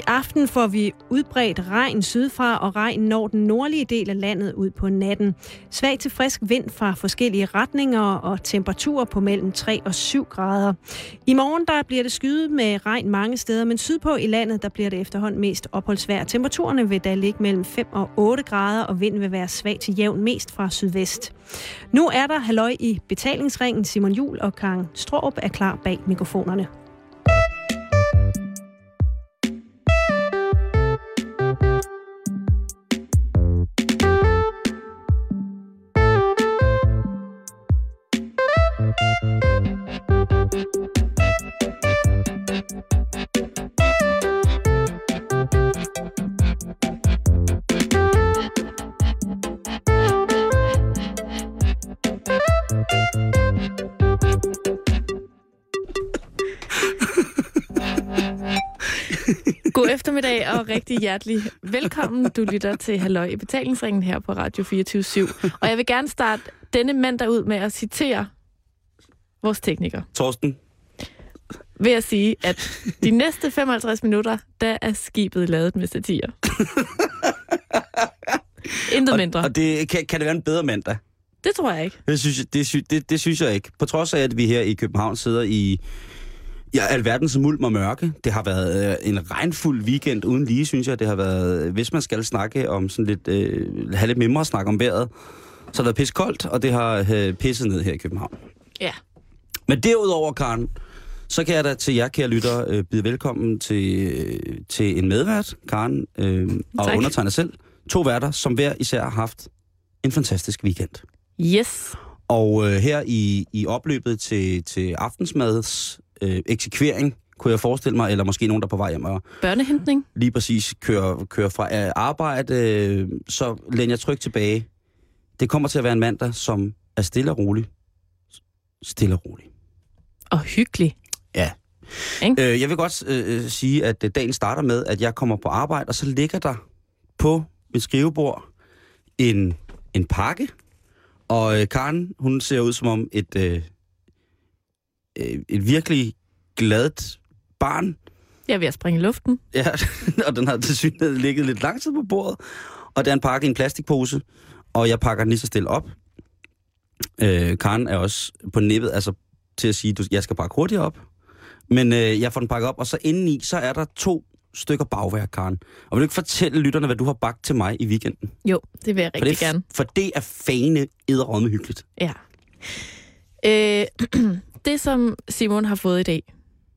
aften får vi udbredt regn sydfra, og regn når den nordlige del af landet ud på natten. Svag til frisk vind fra forskellige retninger og temperaturer på mellem 3 og 7 grader. I morgen der bliver det skyet med regn mange steder, men sydpå i landet der bliver det efterhånden mest opholdsvejr. Temperaturerne vil da ligge mellem 5 og 8 grader, og vinden vil være svag til jævn mest fra sydvest. Nu er der halløj i betalingsringen. Simon Juhl og Karen Straarup er klar bag mikrofonerne. God eftermiddag og rigtig hjertelig velkommen. Du lytter til Halløj i betalingsringen her på Radio 24/7. Og jeg vil gerne starte denne mandag ud med at citere vores tekniker. Torsten. Ved at sige, at de næste 55 minutter, der er skibet lavet med satire. Intet mindre. Og det, kan det være en bedre mandag? Det tror jeg ikke. Det synes jeg ikke. På trods af, at vi her i København sidder i alverdens mulm og mørke. Det har været en regnfuld weekend uden lige, synes jeg. Det har været, hvis man skal snakke om sådan lidt, have lidt mindre snak om vejret, så har det været pissekoldt, og det har pisset ned her i København. Ja. Men derudover, Karen, så kan jeg da til jer, kære lytter, byde velkommen til en medvært, Karen, og undertegner selv. 2 værter, som hver især har haft en fantastisk weekend. Yes. Og her i opløbet til aftensmads eksekvering, kunne jeg forestille mig, eller måske nogen, der er på vej hjem og børnehentning. Lige præcis kører fra arbejde, så læner jeg trygt tilbage. Det kommer til at være en mandag, som er stille og rolig. Stille og rolig. Og hyggelig. Ja. Jeg vil godt sige, at dagen starter med, at jeg kommer på arbejde, og så ligger der på mit skrivebord en pakke, og Karen, hun ser ud som om et virkelig gladt barn. Jeg er ved at springe i luften. Ja, og den har tilsyneladende ligget lidt lang tid på bordet. Og der er en pakke i en plastikpose, og jeg pakker den lige så stille op. Karen er også på nippet, altså til at sige, at jeg skal pakke hurtigt op. Men jeg får den pakket op, og så indeni, så er der 2 stykker bagværk, Karen. Og vil du ikke fortælle lytterne, hvad du har bagt til mig i weekenden? Jo, det vil jeg rigtig gerne. For det er fane edderrømme hyggeligt. Ja. Det, som Simon har fået i dag,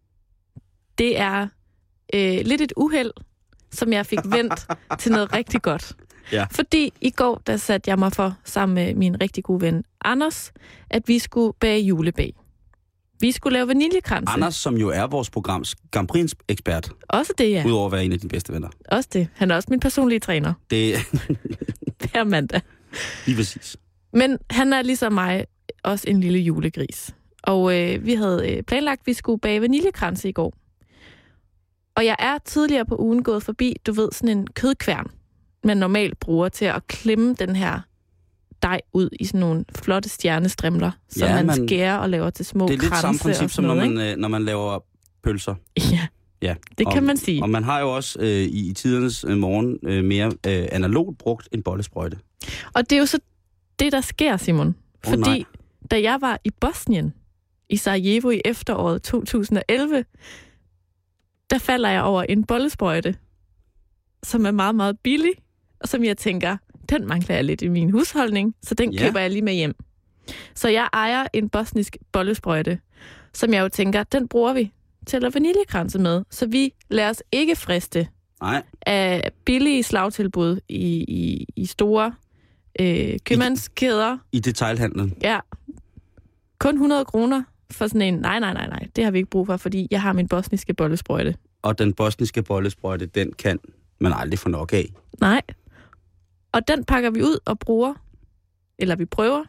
det er lidt et uheld, som jeg fik vendt til noget rigtig godt. Ja. Fordi i går, der satte jeg mig for, sammen med min rigtig gode ven Anders, at vi skulle bage julebag. Vi skulle lave vaniljekranse. Anders, som jo er vores programs Grand Prix-ekspert. Også det, ja. Udover at være en af dine bedste venner. Også det. Han er også min personlige træner. Det hver mandag. Lige præcis. Men han er ligesom mig også en lille julegris. Og vi havde planlagt, at vi skulle bage vaniljekranse i går. Og jeg er tidligere på ugen gået forbi, du ved, sådan en kødkværn, man normalt bruger til at klemme den her dej ud i sådan nogle flotte stjernestrimler, som man skærer og laver til små kranse. Det er lidt samme princip, som når man laver pølser. Ja, det kan man sige. Og man har jo også i tidernes morgen mere analogt brugt en bollesprøjte. Og det er jo så det, der sker, Simon. Fordi da jeg var i Bosnien, i Sarajevo i efteråret 2011, der falder jeg over en bollesprøjte, som er meget, meget billig, og som jeg tænker, den mangler jeg lidt i min husholdning, så den køber jeg lige med hjem. Så jeg ejer en bosnisk bollesprøjte, som jeg jo tænker, den bruger vi til at lave vaniljekranse med, så vi lader os ikke friste af billige slagtilbud i store købmandskæder. I detailhandlen? Ja. Kun 100 kroner for sådan en, nej, det har vi ikke brug for, fordi jeg har min bosniske bollesprøjte. Og den bosniske bollesprøjte, den kan man aldrig få nok af. Nej. Og den pakker vi ud og bruger, eller vi prøver,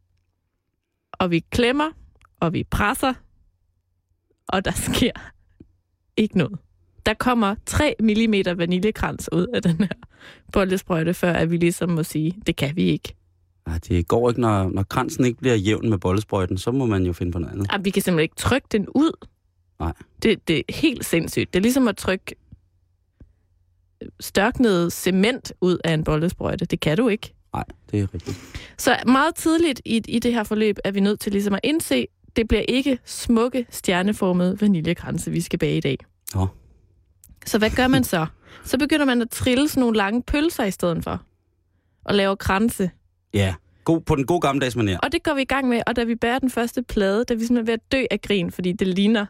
og vi klemmer, og vi presser, og der sker ikke noget. Der kommer 3 mm vaniljekrans ud af den her bollesprøjte, før at vi ligesom må sige, det kan vi ikke. Nej, det går ikke, når kransen ikke bliver jævn med bollesprøjten, så må man jo finde på noget andet. Vi kan simpelthen ikke trykke den ud. Nej. Det er helt sindssygt. Det er ligesom at trykke størknet cement ud af en bollesprøjte. Det kan du ikke. Nej, det er rigtigt. Så meget tidligt i det her forløb er vi nødt til ligesom at indse, det bliver ikke smukke, stjerneformede vaniljekranse, vi skal bage i dag. Ja. Så hvad gør man så? Så begynder man at trille sådan nogle lange pølser i stedet for. Og lave kranse. Ja, på den gode gammeldags manér. Og det går vi i gang med, og da vi bærer den første plade, der er vi simpelthen ved at dø af grin, fordi det ligner...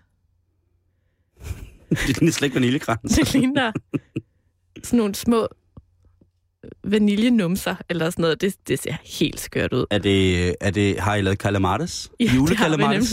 det ligner slet ikke vaniljekranse. Det ligner sådan nogle små vaniljenumser, eller sådan noget. Det ser helt skørt ud. Har I lavet calamares? Ja, Julecalamares?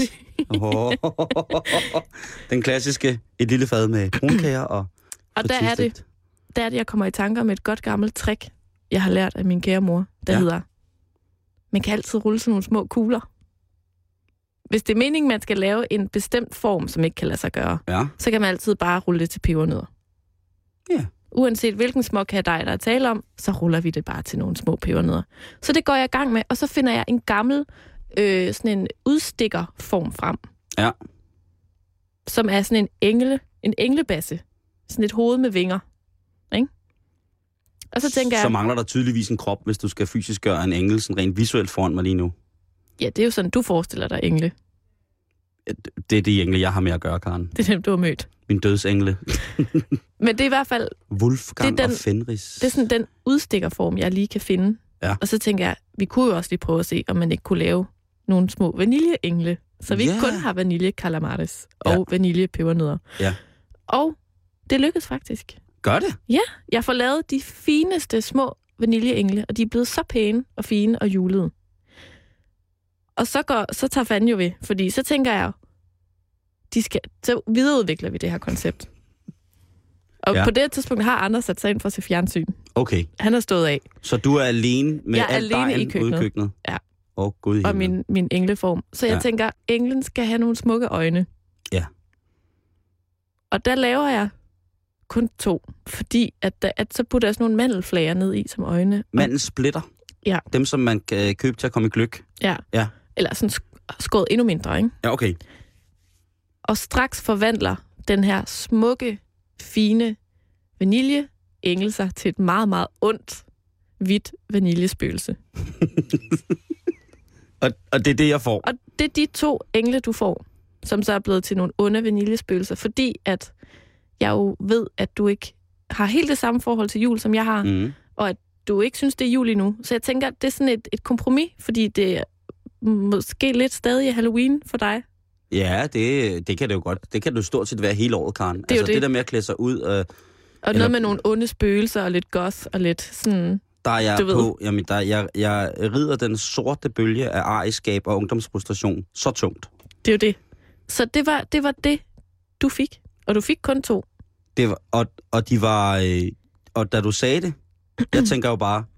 Den klassiske, et lille fad med brunkager og der er det, jeg kommer i tanker om et godt gammelt trick, jeg har lært af min kære mor, der hedder, man kan altid rulle sådan nogle små kugler. Hvis det er meningen, man skal lave en bestemt form, som ikke kan lade sig gøre, så kan man altid bare rulle det til pebernødder. Ja. Uanset hvilken småkagedej, der er tale om, så ruller vi det bare til nogle små pebernødder. Så det går jeg i gang med, og så finder jeg en gammel sådan en udstikkerform frem. Ja. Som er sådan en englebasse. Sådan et hoved med vinger. Ikke? Og så tænker jeg... Så mangler der tydeligvis en krop, hvis du skal fysisk gøre en engel sådan rent visuelt foran mig lige nu. Ja, det er jo sådan, du forestiller dig engle. Det er de engle, jeg har med at gøre, Karen. Det er dem, du har mødt. Min dødsengle. Men det er i hvert fald... Wolfgang og Fenris. Det er sådan den udstikkerform, jeg lige kan finde. Ja. Og så tænker jeg, vi kunne jo også lige prøve at se, om man ikke kunne lave nogle små vaniljeengle. Så vi ikke kun har vanilje-calamares og vanilje-pebernødder. Ja. Og det lykkedes faktisk. Gør det? Ja, jeg får lavet de fineste små vaniljeengle, og de er blevet så pæne og fine og julede. Og så tager fanden jo ved, fordi så tænker jeg, så videreudvikler vi det her koncept. Og på det tidspunkt har Anders sat sig ind for at se fjernsyn. Okay. Han har stået af. Så du er alene med alt dejen ude i køkkenet? Ja. Gud, og min engleform. Så jeg tænker, englen skal have nogle smukke øjne. Ja. Og der laver jeg kun 2, fordi at så putter jeg sådan nogle mandelflager ned i som øjne. Mandelsplitter? Ja. Dem, som man kan købe til at komme i gløgg? Ja. Eller sådan skåret endnu mindre, ikke? Ja, okay. Og straks forvandler den her smukke, fine vaniljeengel sig til et meget, meget ondt, hvidt vaniljespøgelse. og det er det, jeg får? Og det er de 2 engle, du får, som så er blevet til nogle onde vaniljespøgelser, fordi at jeg jo ved, at du ikke har helt det samme forhold til jul, som jeg har, og at du ikke synes, det er jul endnu. Så jeg tænker, det er sådan et kompromis, fordi det er måske lidt stadig Halloween for dig. Ja, det kan det jo godt. Det kan det jo stort set være hele året, Karen. Det det der med at klæde sig ud. Og noget med nogle onde spøgelser og lidt goth og lidt sådan... Der er jeg på... Jamen, jeg rider den sorte bølge af ariskab og ungdomsfrustration så tungt. Det er jo det. Så det var det, du fik. Og du fik kun 2. Det var, og de var... og da du sagde det, jeg tænker jo bare...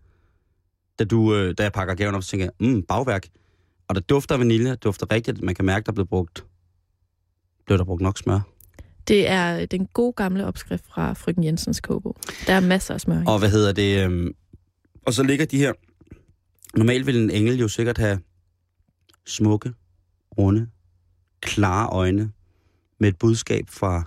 Da jeg pakker gaven op, så tænker jeg, bagværk. Og der dufter vanilje, dufter rigtigt. Man kan mærke, der blev der brugt nok smør. Det er den gode gamle opskrift fra Frøken Jensens kogebog. Der er masser af smør i. Og hvad hedder det? Og så ligger de her... Normalt vil en engel jo sikkert have smukke, runde, klare øjne med et budskab fra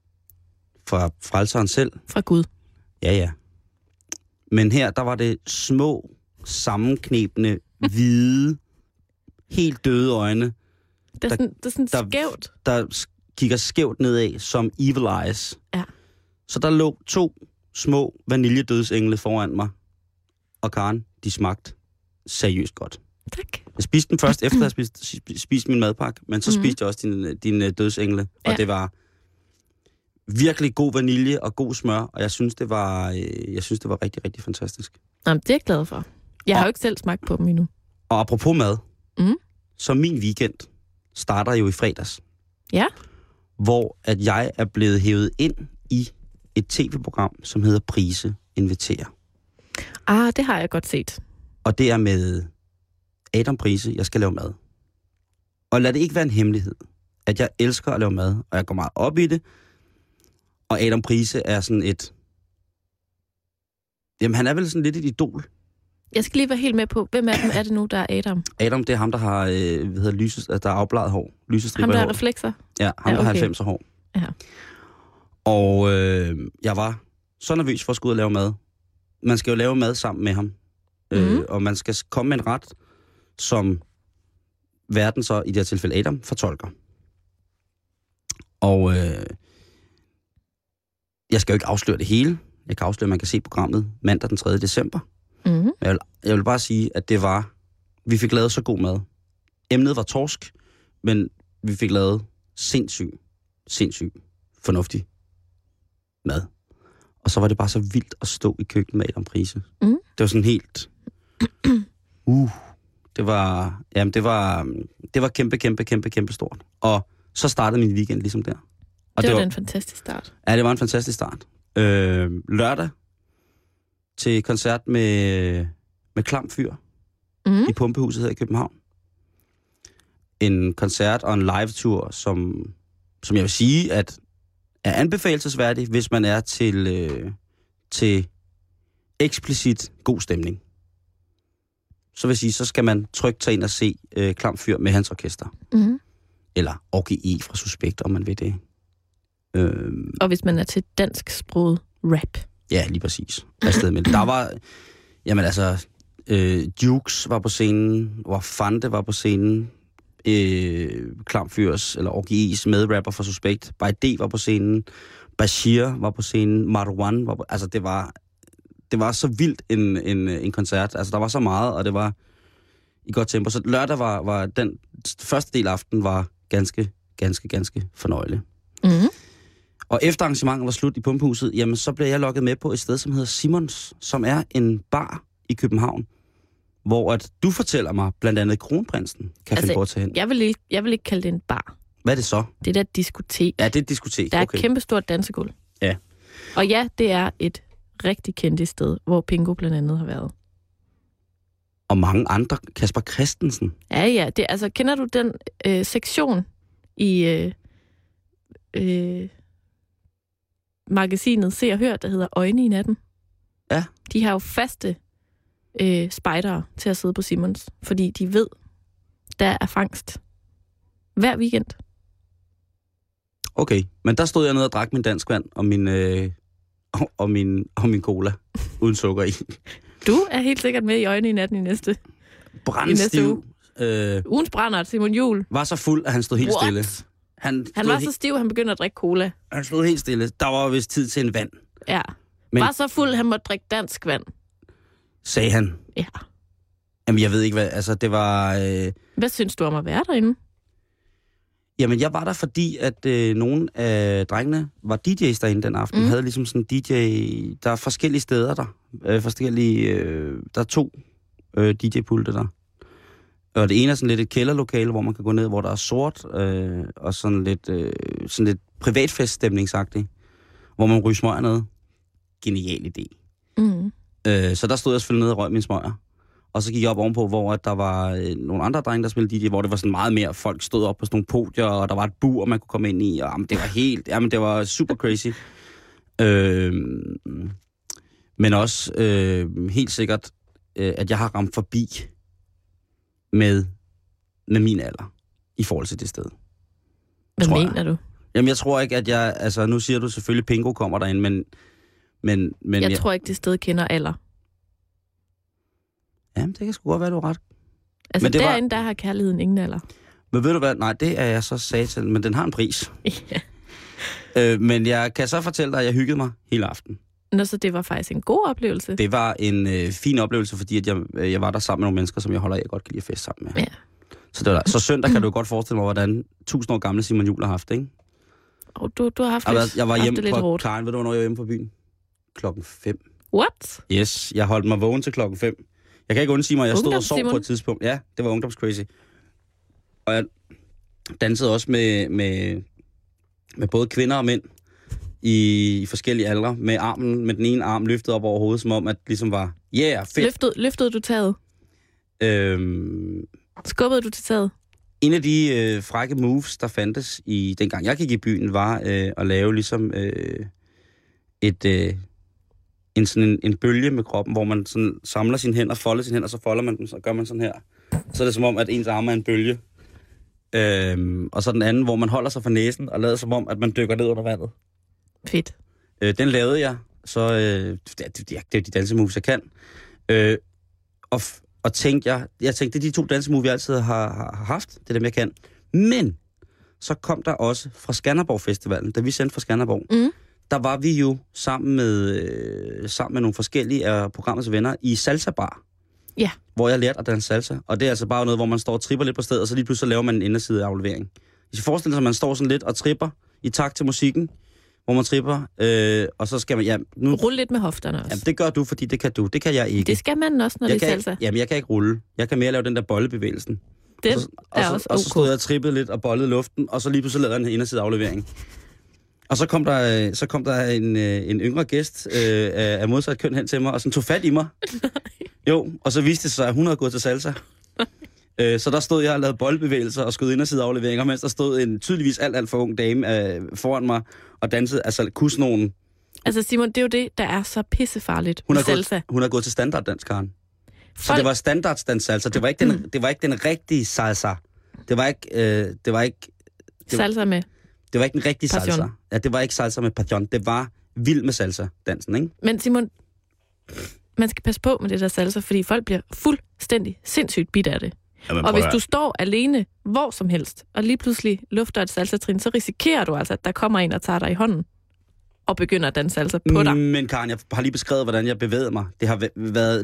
frelseren selv. Fra Gud. Ja. Men her, der var det små, sammenknebne, hvide, helt døde øjne. Det er sådan skævt. Der kigger skævt nedad som evil eyes. Ja. Så der lå 2 små vaniljedødsengle foran mig. Og Karen, de smagte seriøst godt. Tak. Jeg spiste den først efter at jeg spiste min madpakke, men så spiste jeg også din dødsengle. Og det var virkelig god vanilje og god smør, og jeg synes, det var rigtig, rigtig fantastisk. Jamen, det er jeg glad for. Jeg har jo ikke selv smagt på dem endnu. Og apropos mad, så min weekend starter jo i fredags. Ja. Hvor at jeg er blevet hævet ind i et tv-program, som hedder Price Inviterer. Det har jeg godt set. Og det er med Adam Price, jeg skal lave mad. Og lad det ikke være en hemmelighed, at jeg elsker at lave mad, og jeg går meget op i det. Og Adam Price er sådan et... Jamen, han er vel sådan lidt et idol. Jeg skal lige være helt med på, hvem af dem er det nu, der er Adam? Adam, det er ham, der har der er afbladet hår. Lysestriber ham, der hår. har reflekser? Ja, ham, der har 90'er hår. Ja. Og jeg var så nervøs for at skulle ud og lave mad. Man skal jo lave mad sammen med ham. Og man skal komme med en ret, som verden så, i det her tilfælde Adam, fortolker. Og jeg skal jo ikke afsløre det hele. Jeg kan afsløre, at man kan se programmet mandag den 3. december. Mm-hmm. Jeg vil bare sige, at vi fik lavet så god mad. Emnet var torsk, men vi fik lavet sindssygt fornuftig mad. Og så var det bare så vildt at stå i køkkenet med Adam Price. Mm. Det var sådan helt... Det var kæmpe stort. Og så startede min weekend ligesom der. Og det var en fantastisk start. Ja, det var en fantastisk start. Lørdag til koncert med Klam Fyr i Pumpehuset her i København. En koncert og en live-tur, som jeg vil sige, at er anbefalelsesværdig, hvis man er til eksplicit god stemning. Så vil jeg sige, så skal man trygt tage ind og se Klam Fyr med hans orkester. Mm. Eller OGE fra Suspekt, om man vil det. Og hvis man er til dansksproget rap. Ja, lige præcis. Afsted med det. Der var, jamen altså, Jukes var på scenen, Fante var på scenen, Klam Fyrs, eller OGE's medrapper fra Suspekt, By D var på scenen, Bashir var på scenen, Marwan var på, altså det var så vildt en koncert. Altså der var så meget, og det var i godt tempo. Så lørdag var den første del af aftenen var ganske fornøjelig. Mm-hmm. Og efter arrangementet var slut i Pumpehuset, jamen så blev jeg lokket med på et sted, som hedder Simons, som er en bar i København, hvor at du fortæller mig, blandt andet Kronprinsen kan finde på at tage hen. Jeg vil ikke kalde det en bar. Hvad er det så? Det er et diskotek. Ja, det er et diskotek. Der er et kæmpestort dansegulv. Ja. Og ja, det er et rigtig kendt sted, hvor Pingo blandt andet har været. Og mange andre. Kasper Christensen. Ja. Det, altså, kender du den sektion i magasinet Se og Hør, der hedder Øjne i natten? Ja. De har jo faste spejdere til at sidde på Simons, fordi de ved, der er fangst hver weekend. Okay, men der stod jeg nede og drak min danskvand og min cola uden sukker i. Du er helt sikkert med i Øjne i natten i næste Brandstiv. Ugens brændert, Simon Juhl. Var så fuld, at han stod helt stille. Han var så stiv, at han begyndte at drikke cola. Han stod helt stille. Der var vist tid til en vand. Ja. Men var så fuld, at han måtte drikke dansk vand. Sagde han? Ja. Jamen, jeg ved ikke, hvad... Altså, det var... Hvad synes du om at være derinde? Jamen, jeg var der, fordi at nogle af drengene var DJ's derinde den aften. Havde ligesom sådan en DJ... Der er forskellige steder der. Der er 2 DJ-pulte der. Og det ene er sådan lidt et kælderlokale, hvor man kan gå ned, hvor der er sort, og sådan lidt privatfeststemningsagtigt, hvor man ryger smøger ned. Genial idé. Mm. Så der stod jeg selvfølgelig nede og røg mine smøger. Og så gik jeg op ovenpå, hvor at der var nogle andre drenge, der spillede DJ, hvor det var sådan meget mere, folk stod op på sådan nogle podier, og der var et bur, man kunne komme ind i, og jamen, det var det var super crazy. Men også helt sikkert, at jeg har ramt forbi med min alder i forhold til det sted. Hvad mener du? Jamen, jeg tror ikke, at jeg... Altså, nu siger du selvfølgelig, Pingo kommer derind, men jeg tror ikke, det sted kender alder. Jamen, det kan sgu godt være, du er ret. Altså, derinde, der har kærligheden ingen alder. Men ved du hvad? Nej, det er jeg så satan, men den har en pris. Ja. Men jeg kan så fortælle dig, at jeg hyggede mig hele aften. Nå, så det var faktisk en god oplevelse? Det var en fin oplevelse, fordi at jeg var der sammen med nogle mennesker, som jeg holder af, jeg godt kan lide at feste sammen med. Ja. Så søndag kan du godt forestille mig, hvordan 1000 år gamle Simon Juhl har haft, ikke? Og du har haft jeg var hjemme lidt hårdt. Karen, ved du, hvornår jeg var hjemme på byen? 5:00. What? Yes, jeg holdt mig vågen til 5:00. Jeg kan ikke undsige mig, jeg stod og sov på et tidspunkt. Ja, det var ungdomscrazy. Og jeg dansede også med både kvinder og mænd i forskellige aldre, med den ene arm løftet op over hovedet, som om at ligesom var, fedt. Løftede du taget? Skubbede du til taget? En af de frække moves, der fandtes dengang jeg gik i byen, var at lave ligesom en bølge med kroppen, hvor man sådan samler sine hænder, folder sine hænder, så folder man dem, så gør man sådan her. Så er det som om, at ens arm er en bølge. Og så den anden, hvor man holder sig for næsen og lader som om, at man dykker ned under vandet. Fedt. Den lavede jeg så det er de dansemoves, jeg kan. Og tænkte jeg tænkte, det er de 2 dansemoves, jeg altid har haft. Det er dem, jeg kan. Men så kom der også fra Skanderborg Festivalen, da vi sendte fra Skanderborg. Der var vi jo sammen med nogle forskellige af programmets venner i Salsa Bar. Ja. Hvor jeg lærte at danse salsa. Og det er altså bare noget, hvor man står og tripper lidt på stedet, og så lige pludselig laver man en inderside aflevering. Hvis I forestiller sig, at man står sådan lidt og tripper i takt til musikken, hvor man tripper, og så skal man... Ja, nu, rulle lidt med hofterne også. Jamen, det gør du, fordi det kan du. Det kan jeg ikke. Det skal man også, når det er salsa. Jamen, jeg kan ikke rulle. Jeg kan mere lave den der bollebevægelsen. Det er også okay. Og så stod jeg og trippede lidt og bollede luften, og så lige pludselig lavede jeg en inderside aflevering. Og så kom der en yngre gæst af modsat køn hen til mig, og sådan tog fat i mig. Jo, og så viste det sig, at hun havde gået til salsa. Så der stod jeg og lavede boldbevægelser og skød inderside afleveringer, mens der stod en tydeligvis alt for ung dame foran mig og dansede, altså kusnogen. Altså Simon, det er jo det, der er så pissefarligt med salsa. Hun har gået til standarddans, Karen. Så det var standarddans salsa. Det var ikke den rigtige salsa. Det var ikke salsa med det var ikke den rigtige passion. Salsa. Ja, det var ikke salsa med passion. Det var vild med salsa-dansen, ikke? Men Simon, man skal passe på med det der salsa, fordi folk bliver fuldstændig sindssygt bidt af det. Jamen, og hvis du står alene hvor som helst, og lige pludselig lufter et salsatrin, så risikerer du altså, at der kommer en og tager dig i hånden og begynder at danse salsa på dig. Men Karen, jeg har lige beskrevet, hvordan jeg bevægede mig. Det har været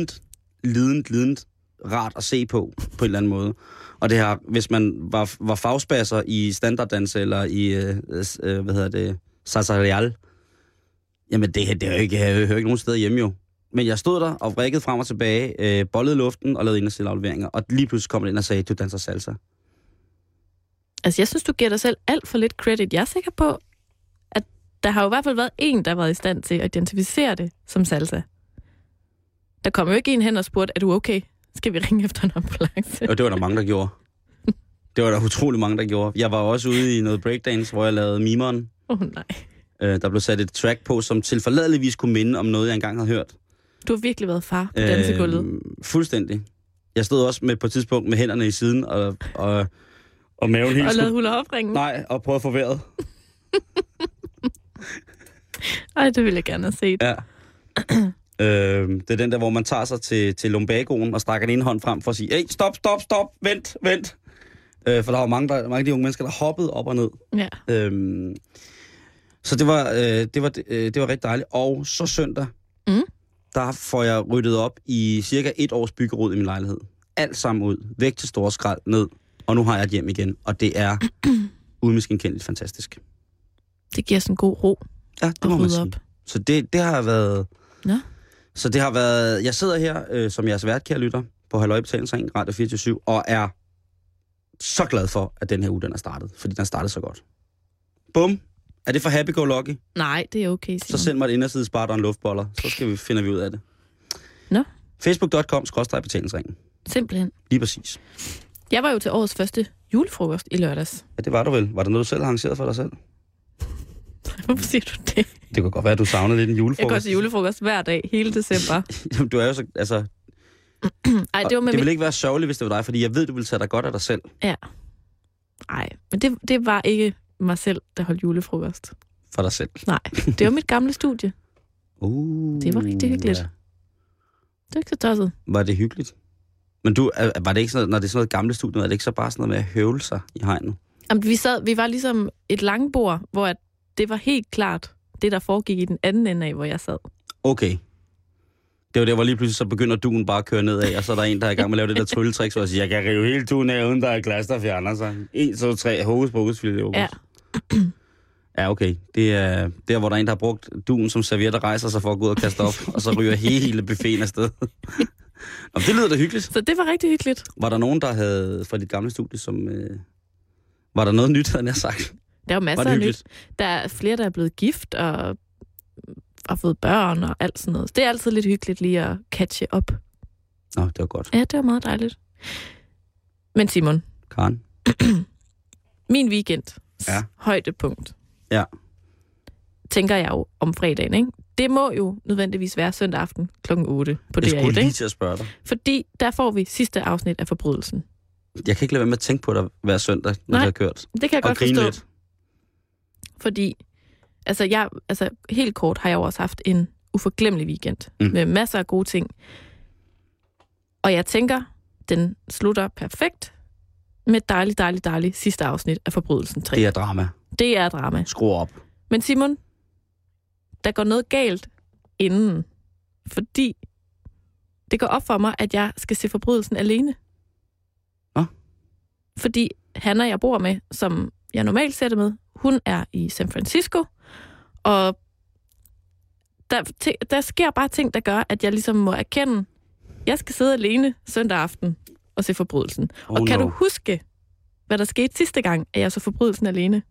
lidende rart at se på en eller anden måde. Og det har, hvis man var fagspasser i standarddans eller i, salsa real, jamen det er jo ikke, jeg hører ikke nogen steder hjemme jo. Men jeg stod der og vrikkede frem og tilbage, bollede luften og lavede indersideafleveringer, og lige pludselig kom det ind og sagde, du danser salsa. Altså jeg synes, du giver dig selv alt for lidt credit. Jeg er sikker på, at der har jo i hvert fald været en, der har været i stand til at identificere det som salsa. Der kom jo ikke en hen og spurgte, er du okay? Skal vi ringe efter en ambulance? Og det var der mange, der gjorde. Det var der utrolig mange, der gjorde. Jeg var også ude i noget breakdance, hvor jeg lavede mimeren. Nej. Der blev sat et track på, som tilforladeligvis kunne minde om noget, jeg engang havde hørt. Du har virkelig været far på dansegulvet. Fuldstændig. Jeg stod også på et tidspunkt med hænderne i siden og maven helt... Og lavede hula-hop-ringen? Nej, og prøvede at få vejret. Ej, det ville jeg gerne have set. Ja. Det er den der, hvor man tager sig til lumbagoen og strækker den ene hånd frem for at sige, hey, stop, vent. For der var mange af de unge mennesker, der hoppede op og ned. Ja. Så det var rigtig dejligt. Og så søndag, der får jeg ryddet op i cirka 1 års byggerod i min lejlighed. Alt sammen ud. Væk til store skrald, ned. Og nu har jeg et hjem igen. Og det er umiskenkendeligt fantastisk. Det giver sådan en god ro. Ja, det må man sige. Op. Så det har været... Nå. Så det har været... Jeg sidder her som jeres vært, kære lytter, på Halløj Betalingsring, Radio 24/7, og er så glad for, at den her uge, den er startet. Fordi den er startet så godt. Bum. Er det for happy-go-lucky? Nej, det er okay, Simon. Så send mig et indersidespart og en luftboller. Så finder vi ud af det. Nå. Facebook.com/betalingsringen. Simpelthen. Lige præcis. Jeg var jo til årets første julefrokost i lørdags. Ja, det var du vel. Var det noget, du selv har arrangeret for dig selv? Hvorfor siger du det? Det kunne godt være, at du savnede lidt en julefrokost. Jeg går til julefrokost hver dag, hele december. Du er jo så... Altså... Ej, det ville ikke være sørgeligt, hvis det var dig, fordi jeg ved, du ville tage dig godt af dig selv. Ja. Nej, men det var ikke mig selv, der holdt julefrokost. For dig selv? Nej, det var mit gamle studie. Det var rigtig hyggeligt. Ja. Det var ikke så tosset. Var det hyggeligt? Men var det ikke sådan, når det er sådan noget gamle studie, er det ikke så bare sådan noget med at høvle sig i hegnet? Jamen, vi var ligesom et langbord, hvor det var helt klart det, der foregik i den anden ende af, hvor jeg sad. Okay. Det var der, hvor lige pludselig så begynder duen bare at køre nedad, og så er der en, der er i gang med at lave det der trylletricks, hvor jeg siger, jeg kan rive hele duen af, uden der er glas, der fjerner sig. 1, 2, 3, hokus pokus, ja. Ja, okay. Det er der, hvor der er en, der har brugt duen som serviet og rejser sig for at gå ud og kaste op, og så ryger hele buffeten afsted. Nå, det lyder da hyggeligt. Så det var rigtig hyggeligt. Var der nogen, der havde fra dit gamle studie, som... Var der noget nyt, havde jeg sagt? Der var masser af nyt. Der er flere, der er blevet gift og har fået børn og alt sådan noget. Det er altid lidt hyggeligt lige at catche op. Nå, det var godt. Ja, det var meget dejligt. Men Simon. Karen. Min weekend. Ja. Højdepunkt. Ja. Tænker jeg jo om fredagen, ikke? Det må jo nødvendigvis være søndag aften kl. 8 på DR1, ikke? Jeg skulle lige til at spørge dig. Fordi der får vi sidste afsnit af Forbrydelsen. Jeg kan ikke lade være med at tænke på dig hver søndag, når det har kørt. Det kan jeg godt forstå. Lidt. Fordi Altså, helt kort har jeg jo også haft en uforglemmelig weekend med masser af gode ting. Og jeg tænker, den slutter perfekt med et dejligt sidste afsnit af Forbrydelsen 3. Det er drama. Det er drama. Skru op. Men Simon, der går noget galt inden, fordi det går op for mig, at jeg skal se Forbrydelsen alene. Nå? Fordi Hanna, jeg bor med, som jeg normalt ser det med, hun er i San Francisco, og der sker bare ting, der gør, at jeg ligesom må erkende, jeg skal sidde alene søndag aften og se Forbrydelsen. Og kan du huske, hvad der skete sidste gang, at jeg så Forbrydelsen alene?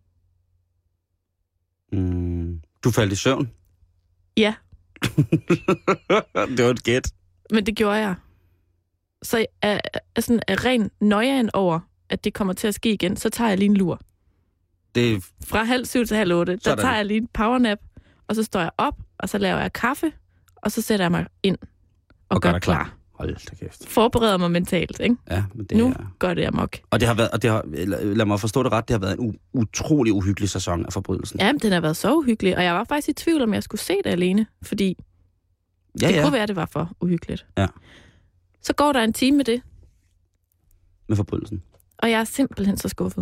Du faldt i søvn? Ja. Det var et gæt. Men det gjorde jeg. Så jeg er ren nøjeren over, at det kommer til at ske igen, så tager jeg lige en lur. Fra 6:30 til 7:30, der tager jeg lige en powernap, og så står jeg op, og så laver jeg kaffe, og så sætter jeg mig ind og gør klar. Hold da kæft. Forbereder mig mentalt, ikke? Ja, men det nu gør det amok. Og lad mig forstå det ret, det har været en utrolig uhyggelig sæson af Forbrydelsen. Ja, den har været så uhyggelig, og jeg var faktisk i tvivl, om jeg skulle se det alene, fordi det kunne være, det var for uhyggeligt. Ja. Så går der en time med det. Med Forbrydelsen. Og jeg er simpelthen så skuffet.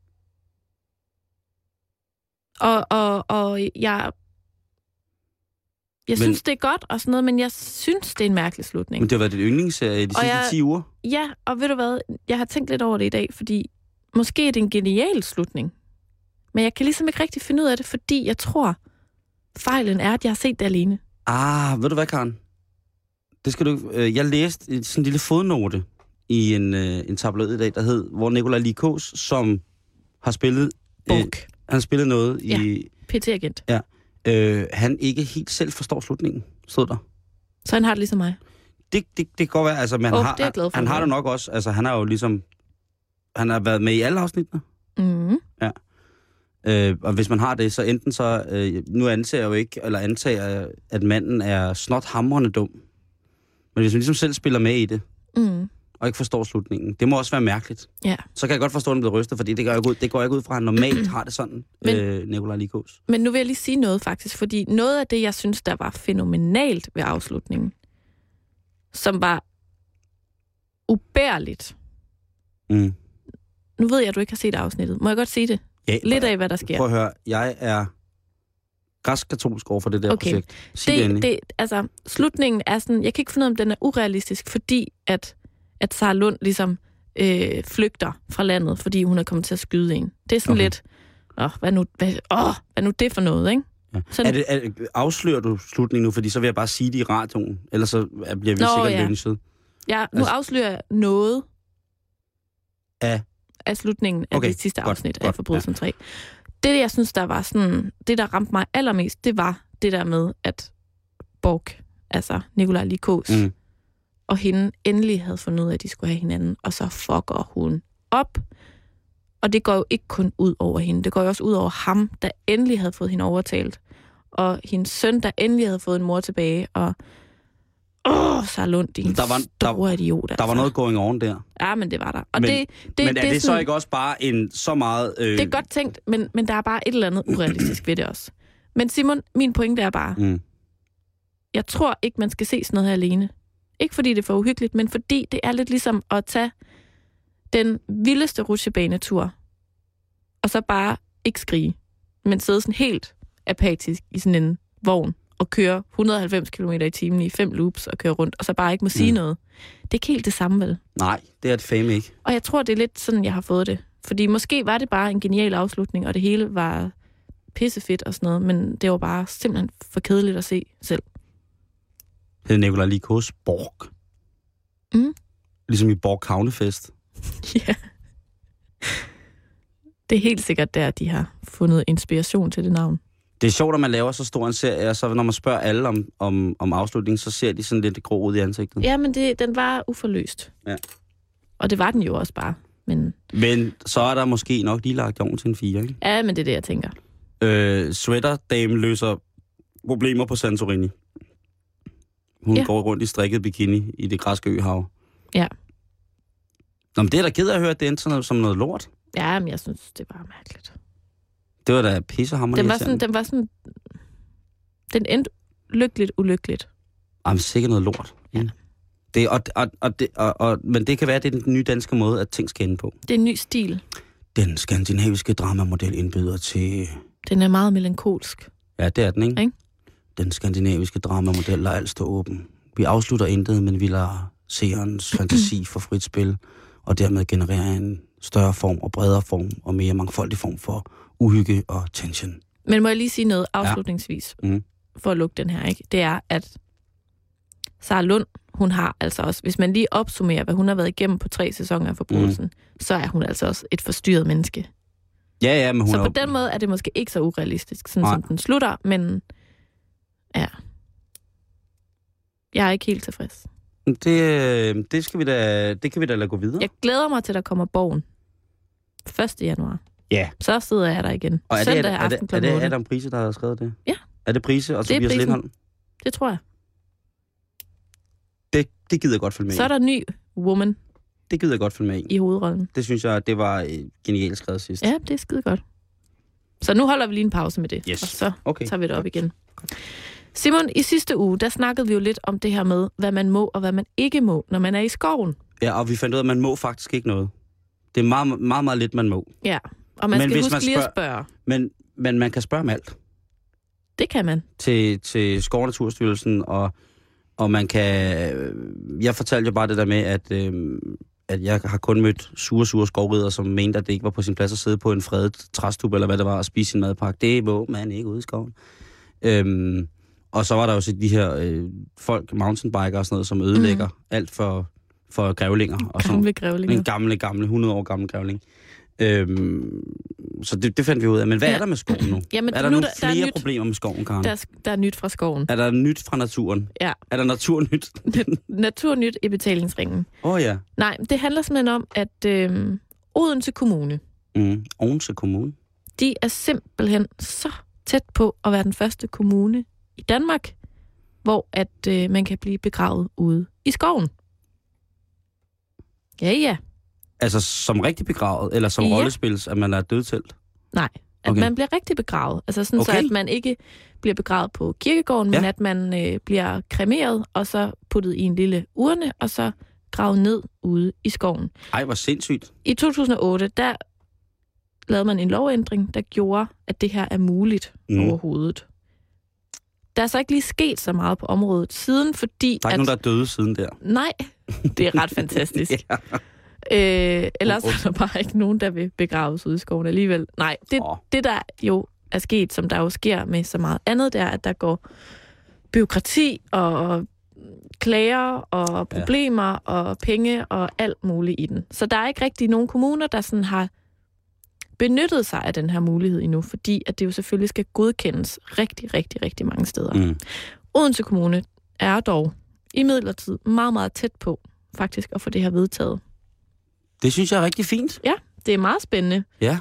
Og jeg synes, det er godt og sådan noget, men jeg synes, det er en mærkelig slutning. Men det har været dit yndlingsserie de sidste 10 uger. Ja, og ved du hvad? Jeg har tænkt lidt over det i dag, fordi måske er det en genial slutning. Men jeg kan ligesom ikke rigtig finde ud af det, fordi jeg tror, fejlen er, at jeg har set det alene. Ved du hvad, Karen? Det skal du. Jeg læste sådan en lille fodnote i en tabloid i dag, der hed, hvor Nikolaj Likås, som har spillet... han har spillet noget i... PT-agent. Ja. Han ikke helt selv forstår slutningen, stod der. Så han har det ligesom mig? Det kan godt være, altså, men han har det nok også, altså han har jo ligesom, han har været med i alle afsnittene. Ja. Og hvis man har det, så enten så, nu antager jeg jo ikke, eller antager, at manden er snothamrende dum. Men hvis man ligesom selv spiller med i det, og ikke forstår slutningen, det må også være mærkeligt. Ja. Så kan jeg godt forstå, at han bliver rystet, fordi det går jeg ikke ud fra, at han normalt har det sådan, Nikolaj Likås. Men nu vil jeg lige sige noget faktisk, fordi noget af det, jeg synes, der var fænomenalt ved afslutningen, som var ubærligt. Nu ved jeg, at du ikke har set afsnittet. Må jeg godt sige det? Ja, lidt af, hvad der sker. Prøv at høre, jeg er græsk-katolsk over for det der projekt. Altså, slutningen er sådan, jeg kan ikke finde ud af, om den er urealistisk, fordi at Sara Lund ligesom flygter fra landet, fordi hun er kommet til at skyde en. Det er sådan lidt, hvad nu det for noget, ikke? Ja. Sådan, afslører du slutningen nu, fordi så vil jeg bare sige det i radioen, ellers så bliver vi sikkert lynchet. Ja, nu afslører jeg noget af slutningen af det sidste afsnit af Forbrydelsen 3. Det, jeg synes, der var sådan, det, der ramte mig allermest, det var det der med, at Borg, altså Nikolaj Likås, og hende endelig havde fundet ud af, at de skulle have hinanden, og så fucker hun op. Og det går jo ikke kun ud over hende, det går jo også ud over ham, der endelig havde fået hende overtalt. Og hendes søn, der endelig havde fået en mor tilbage, og Sara Lund, din store idiot. Der var noget going on der. Ja, men det var der. Og men er det så ikke også bare en så meget... Det er godt tænkt, men der er bare et eller andet urealistisk ved det også. Men Simon, min pointe er bare, jeg tror ikke, man skal se sådan noget her alene. Ikke fordi det er for uhyggeligt, men fordi det er lidt ligesom at tage den vildeste rutsjebanetur, og så bare ikke skrige, men sidde sådan helt apatisk i sådan en vogn, og køre 190 km i timen i 5 loops og køre rundt, og så bare ikke må sige noget. Det er ikke helt det samme, vel? Nej, det er det fame ikke. Og jeg tror, det er lidt sådan, jeg har fået det. Fordi måske var det bare en genial afslutning, og det hele var pissefedt og sådan noget, men det var bare simpelthen for kedeligt at se selv. Det er Nikolaj Likås Borg. Ligesom i Borg Havnefest. Ja. Det er helt sikkert der, de har fundet inspiration til det navn. Det er sjovt, at man laver så stor en serie, og så når man spørger alle om afslutningen, så ser de sådan lidt grå ud i ansigtet. Ja, men den var uforløst. Ja. Og det var den jo også bare. Men så er der måske nok lige lagt oven til en 4, ikke? Ja, men det er det, jeg tænker. Sweater-dame løser problemer på Santorini. Hun går rundt i strikket bikini i det græske øhav. Ja. Nå, men det er da ked af at høre, at det endte som noget lort. Ja, men jeg synes, det var mærkeligt. Det var da pissehammerende. Den endte lykkeligt ulykkeligt. Jamen, sikkert noget lort. Ja. Men det kan være, at det er den nye danske måde, at ting skal ende på. Det er en ny stil. Den skandinaviske dramamodel indbyder til... Den er meget melankolsk. Ja, det er den, ikke? Ikke? Den skandinaviske dramamodel lader alt stå åben. Vi afslutter intet, men vi lader seerens fantasi for frit spil, og dermed genererer en større form og bredere form og mere mangfoldig form for uhygge og tension. Men må jeg lige sige noget afslutningsvis, for at lukke den her, ikke? Det er, at Sara Lund, hun har altså også, hvis man lige opsummerer, hvad hun har været igennem på 3 sæsoner af Forbrydelsen, så er hun altså også et forstyrret menneske. Ja, men hun så på den måde er det måske ikke så urealistisk, sådan som den slutter, men ja. Jeg er ikke helt tilfreds. Det kan vi da lade gå videre. Jeg glæder mig til, at der kommer Borgen. 1. januar. Ja. Så sidder jeg der igen. Og Søndag aften kl. 8. Er det Adam Prise, der har skrevet det? Ja. Er det Prise og Tobias Lindholm? Det tror jeg. Det gider jeg godt følge med i. Så er der en ny woman. Det gider jeg godt følge med i hovedrollen. Det synes jeg, det var genialt skrevet sidst. Ja, det er skide godt. Så nu holder vi lige en pause med det, yes. og så tager vi det op igen. Simon, i sidste uge, der snakkede vi jo lidt om det her med, hvad man må og hvad man ikke må, når man er i skoven. Ja, og vi fandt ud af, at man må faktisk ikke noget. Det er meget, meget, meget lidt, man må. Ja, og man skal huske lige at spørge. Men man kan spørge om alt. Det kan man. Til Skov- og Naturstyrelsen, og man kan... Jeg fortalte jo bare det der med, at jeg har kun mødt sure skovridder, som mente, at det ikke var på sin plads at sidde på en fredet træstub, eller hvad det var, og spise sin madpakke. Det må man ikke ude i skoven. Og så var der jo så de her folk, mountainbiker og sådan noget, som ødelægger alt for grævlinger. Og gamle grævlinger. En gamle, 100 år gammel grævling. Så det fandt vi ud af. Men hvad er der med skoven nu? Jamen, er der nogle flere problemer med skoven, Karen? Der er nyt fra skoven. Er der nyt fra naturen? Ja. Er der naturnyt? Naturnyt i betalingsringen. Ja. Nej, det handler simpelthen om, at Odense Kommune... Odense Kommune? De er simpelthen så tæt på at være den første kommune i Danmark, hvor at man kan blive begravet ude i skoven. Ja. Altså som rigtig begravet, eller som rollespils, at man er dødtelt? Nej, at man bliver rigtig begravet. Altså sådan så, at man ikke bliver begravet på kirkegården, men at man bliver kremeret, og så puttet i en lille urne, og så gravet ned ude i skoven. Ej, hvor sindssygt. I 2008, der lavede man en lovændring, der gjorde, at det her er muligt overhovedet. Der er så ikke lige sket så meget på området siden, fordi... Der er ikke nogen, der er døde siden der. Nej, det er ret fantastisk. Ellers er der bare ikke nogen, der vil begraves ude i skoven alligevel. Nej, det der jo er sket, som der jo sker med så meget andet, det er, at der går bureaukrati og klager og problemer og penge og alt muligt i den. Så der er ikke rigtig nogen kommuner, der sådan har benyttet sig af den her mulighed endnu, fordi at det jo selvfølgelig skal godkendes rigtig, rigtig, rigtig mange steder. Odense Kommune er dog imidlertid meget, meget tæt på faktisk at få det her vedtaget. Det synes jeg er rigtig fint. Ja, det er meget spændende. Ja.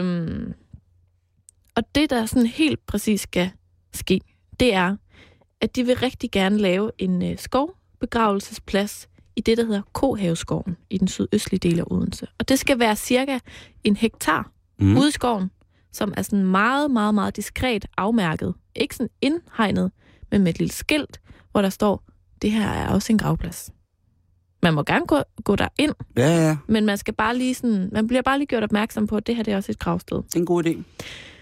Og det, der sådan helt præcis skal ske, det er, at de vil rigtig gerne lave en skovbegravelsesplads i det, der hedder Kohaveskoven i den sydøstlige del af Odense. Og det skal være cirka 1 hektar ude i skoven, som er sådan meget, meget, meget diskret afmærket. Ikke sådan indhegnet, men med et lille skilt, hvor der står, det her er også en gravplads. Man må gerne gå derind, men man skal bare lige man bliver bare lige gjort opmærksom på, at det her det er også et gravsted. Det er en god idé.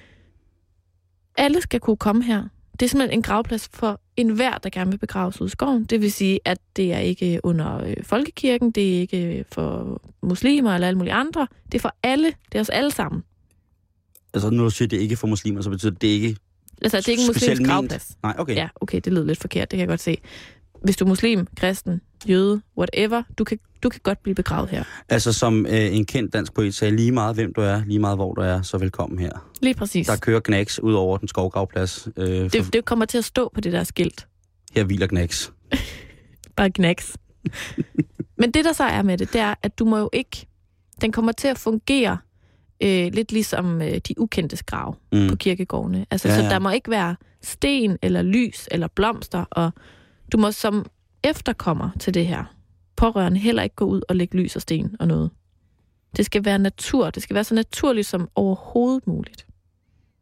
Alle skal kunne komme her. Det er simpelthen en gravplads for enhver, der gerne vil begraves ude i skoven. Det vil sige, at det er ikke under folkekirken, det er ikke for muslimer eller alle mulige andre. Det er for alle. Det er os alle sammen. Altså, når du siger, det er ikke for muslimer, så betyder det ikke... Altså, det er ikke en muslimsk gravplads. Nej, okay. Ja, okay, det lød lidt forkert, det kan jeg godt se. Hvis du er muslim, kristen, jøde, whatever, du kan godt blive begravet her. Altså, som en kendt dansk poet sagde, lige meget hvem du er, lige meget hvor du er, så velkommen her. Lige præcis. Der kører Gnags ud over den skovgravplads. Det kommer til at stå på det der skilt. Her hviler Gnags. Bare Gnags. Men det, der så er med det, det er, at du må jo ikke... Den kommer til at fungere lidt ligesom de ukendtes grav på kirkegårdene. Altså, så der må ikke være sten eller lys eller blomster, og du må som efterkommer til det her pårørende heller ikke gå ud og lægge lys og sten og noget. Det skal være natur. Det skal være så naturligt som overhovedet muligt.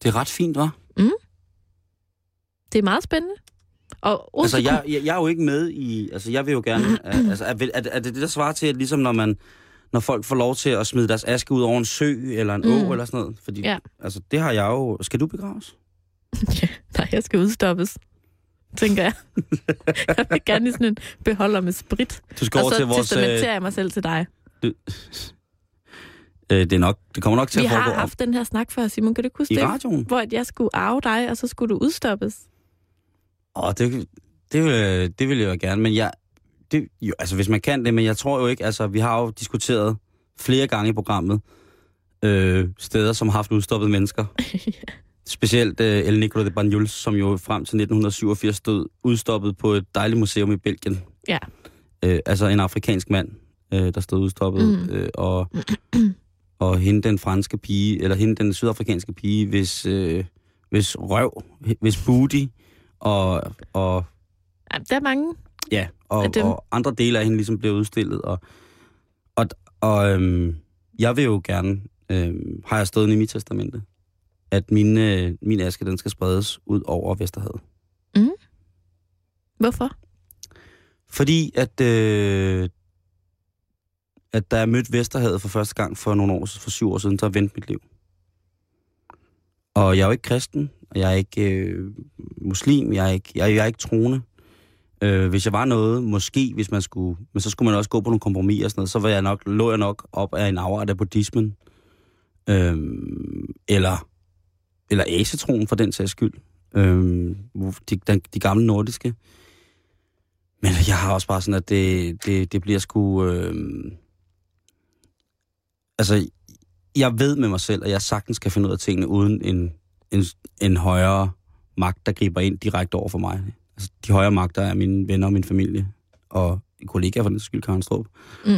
Det er ret fint, hva'? Mm. Det er meget spændende. Og altså, jeg er jo ikke med i... Altså, jeg vil jo gerne... altså, er det der svarer til, at ligesom når folk får lov til at smide deres aske ud over en sø eller en å eller sådan noget? Fordi, altså, det har jeg jo... Skal du begraves? Ja, nej, jeg skal udstoppes, tænker jeg. Jeg vil gerne i sådan en beholder med sprit. Du skal over til vores... testamenterer jeg mig selv til dig. Det kommer nok til at foregå. Vi har haft den her snak før, Simon. Kan du ikke huske det? I radioen? Hvor jeg skulle arve dig, og så skulle du udstoppes. Det vil jeg jo gerne, men altså hvis man kan det, men jeg tror jo ikke, altså vi har jo diskuteret flere gange i programmet, steder, som har haft udstoppet mennesker. Specielt El Negro de Banyoles, som jo frem til 1987 stod udstoppet på et dejligt museum i Belgien. Ja. Altså en afrikansk mand, der stod udstoppet, og hende den franske pige, eller hende den sydafrikanske pige, hvis booty, og ja, der er mange. Ja, og andre dele af hende ligesom blev udstillet, og jeg vil jo gerne, har jeg stået i mit testamente, at min aske, den skal spredes ud over Vesterhavet. Mm. Hvorfor? Fordi at da jeg mødte Vesterhavet for første gang for 7 år siden, så vendte mit liv. Og jeg er jo ikke kristen, og jeg er ikke muslim, jeg er ikke troende. Hvis jeg var noget, måske, hvis man skulle, men så skulle man også gå på nogle kompromiser og sådan noget, så lå jeg nok op af en afart af buddhismen. Eller asetroen for den sags skyld. De gamle nordiske. Men jeg har også bare sådan, at det bliver sgu... altså, jeg ved med mig selv, at jeg sagtens kan finde ud af tingene uden en højere magt, der griber ind direkte over for mig. Altså, de højere magter er mine venner og min familie, og kollegaer for den skyld, Karen Straarup.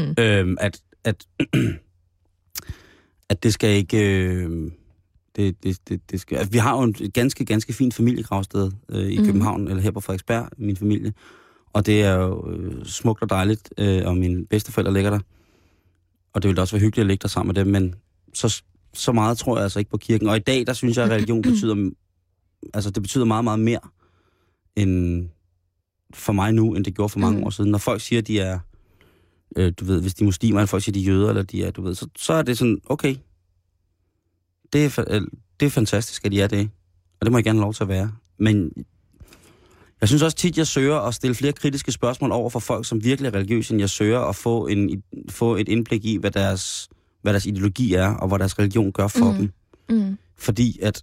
At det skal ikke... Det skal, altså, vi har jo en ganske fin familiegravsted i København, eller her på Frederiksberg, min familie. Og det er jo smukt og dejligt, og mine bedsteforældre ligger der. Og det ville også være hyggeligt at ligge der sammen med dem, men så meget tror jeg altså ikke på kirken. Og i dag, der synes jeg, at religion betyder meget, meget mere end for mig nu, end det gjorde for mange år siden. Når folk siger, at de er, du ved, hvis de er muslimer, eller folk siger, at de er jøder, eller de er, du ved, så er det sådan, okay, det er fantastisk, at de er det. Og det må jeg gerne have lov til at være. Men jeg synes også tit, jeg søger at stille flere kritiske spørgsmål over for folk, som virkelig er religiøse, end jeg søger at få et indblik i, hvad deres ideologi er, og hvad deres religion gør for dem. Fordi at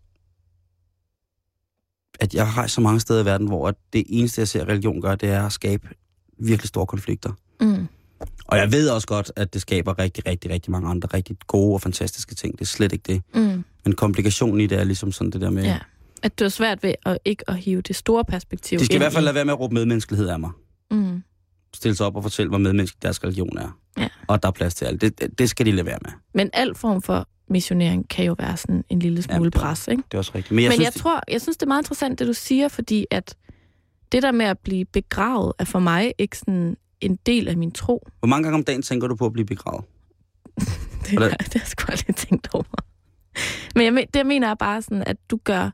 jeg har så mange steder i verden, hvor det eneste, jeg ser religion gør, det er at skabe virkelig store konflikter. Og jeg ved også godt, at det skaber rigtig, rigtig, rigtig mange andre rigtig gode og fantastiske ting. Det er slet ikke det. Men komplikationen i det er ligesom sådan det der med... Ja. At du er svært ved ikke at hive det store perspektiv. De skal i hvert fald lade være med at råbe medmenneskelighed af mig. Stille sig op og fortælle, hvor medmenneskelig deres religion er. Ja. Og der er plads til alt. Det skal de lade være med. Men al form for missionering kan jo være sådan en lille smule pres, ikke? Det er også rigtigt. Men jeg synes, det er meget interessant, det du siger, fordi at det der med at blive begravet er for mig ikke sådan en del af min tro. Hvor mange gange om dagen tænker du på at blive begravet? det har jeg sgu aldrig tænkt over. Men det mener jeg bare sådan, at du gør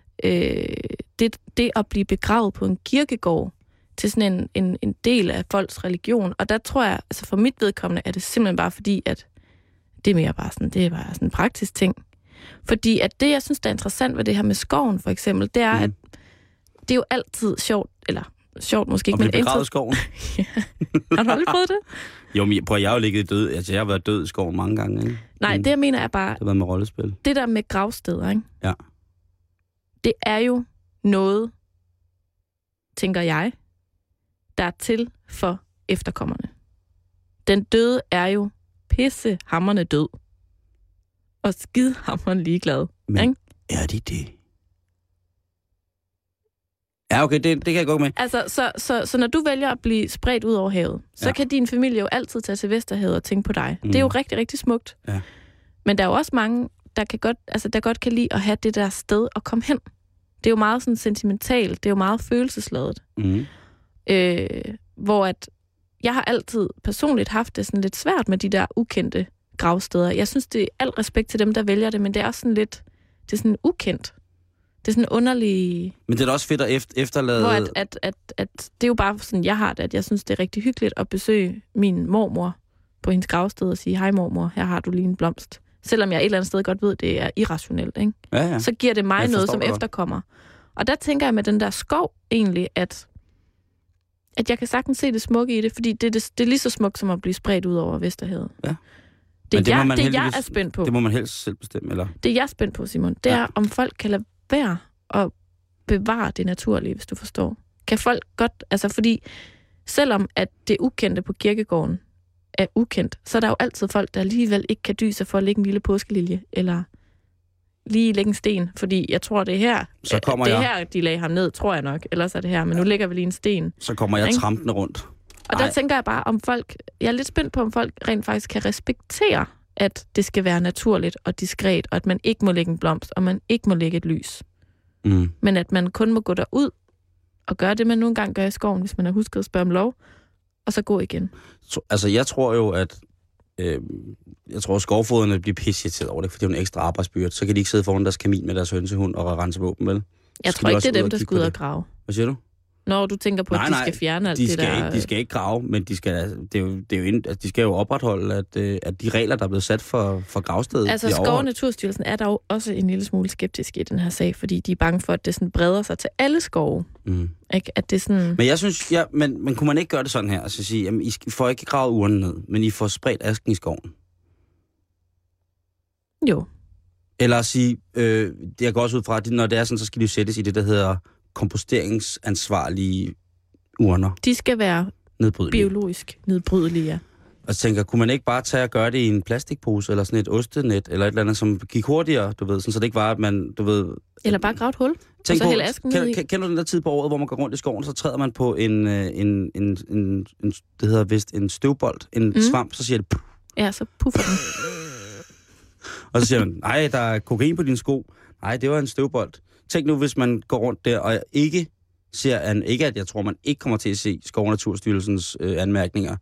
det at blive begravet på en kirkegård til sådan en del af folks religion. Og der tror jeg, altså for mit vedkommende, er det simpelthen bare fordi, at det er mere bare sådan, det er bare sådan en praktisk ting. Fordi at det, jeg synes, der er interessant ved det her med skoven, for eksempel, det er, at det er jo altid sjovt, eller sjovt måske ikke, men... At blive begravet i skoven? Ja. Har du aldrig prøvet det? Jo, men jeg har jo ligget død. Altså, jeg har været død i skoven mange gange, ikke? Nej, det jeg mener er bare... Det har været med rollespil. Det der med gravsteder, ikke? Ja. Det er jo noget, tænker jeg, der er til for efterkommerne. Den døde er jo pissehamrende død. Og skidehamrende ligeglad. Men ikke? Er de det? Ja, okay, det kan jeg gå med. Altså, så når du vælger at blive spredt ud over havet, så kan din familie jo altid tage til Vesterhavet og tænke på dig. Det er jo rigtig, rigtig smukt. Ja. Men der er jo også mange, der godt kan lide at have det der sted at komme hen. Det er jo meget sådan sentimentalt, det er jo meget følelsesladet. Hvor at jeg har altid personligt haft det sådan lidt svært med de der ukendte gravsteder. Jeg synes, det er al respekt til dem, der vælger det, men det er også sådan lidt, det er sådan ukendt. Det er sådan underlig... Men det er da også fedt at efterlade... Hvor at det er jo bare sådan, jeg har det, at jeg synes, det er rigtig hyggeligt at besøge min mormor på hendes gravsted og sige, hej mormor, her har du lige en blomst. Selvom jeg et eller andet sted godt ved, det er irrationelt, ikke? Ja. Så giver det mig noget som efterkommer. Og der tænker jeg med den der skov egentlig, at jeg kan sagtens se det smukke i det, fordi det er lige så smukt som at blive spredt ud over Vesterhavet. Ja. Det jeg er spændt på. Det må man helst selv bestemme, eller? Det jeg er spændt på, Simon, det er, om folk kan lade være at bevare det naturlige, hvis du forstår. Kan folk godt, altså fordi selvom at det ukendte på kirkegården er ukendt, så er der jo altid folk, der alligevel ikke kan dyse for at lægge en lille påskelilje, eller lige lægge en sten, fordi jeg tror, det er her, her, de lagde ham ned, tror jeg nok, ellers er det her, men nu ligger vi lige en sten. Så kommer jeg trampende rundt. Og der tænker jeg bare, om folk, jeg er lidt spændt på, om folk rent faktisk kan respektere, at det skal være naturligt og diskret, og at man ikke må lægge en blomst, og man ikke må lægge et lys. Men at man kun må gå derud og gøre det, man nu engang gør i skoven, hvis man har husket at spørge om lov, og så gå igen. Altså, jeg tror jo, at skovfoderne bliver pisseirriteret over det, fordi det er en ekstra arbejdsbyrde. Så kan de ikke sidde foran deres kamin med deres hønsehund og rense våben, vel? Jeg tror ikke, det er dem, der skal ud og grave. Hvad siger du? Når du tænker på, at de skal fjerne alt det der... De skal ikke grave, men de skal jo opretholde, at de regler, der er blevet sat for gravstedet... Altså, Skov- og Naturstyrelsen er dog også en lille smule skeptisk i den her sag, fordi de er bange for, at det sådan breder sig til alle skove. Ikke? At det sådan... Men jeg synes... Men kunne man ikke gøre det sådan her? Altså sige, jamen, I får ikke gravet urnen ned, men I får spredt asken i skoven. Jo. Eller at sige... jeg går også ud fra, at når det er sådan, så skal de jo sættes i det, der hedder... komposteringsansvarlige urner. De skal være biologisk nedbrydelige, ja. Og så tænker, kunne man ikke bare tage og gøre det i en plastikpose, eller sådan et ostenet, eller et eller andet, som gik hurtigere, du ved, sådan, så det ikke var, at man, du ved... Eller bare grave et hul, og så hælde asken ned i. Kender du den der tid på året, hvor man går rundt i skoven, så træder man på en det hedder vist en støvbold, en svamp, så siger det... Ja, så puffer den. Og så siger man, nej, der er kokain på dine sko. Nej, det var en støvbold. Tænk nu, hvis man går rundt der, og ikke ser, ikke at jeg tror, man ikke kommer til at se Skov- og Naturstyrelsens anmærkninger.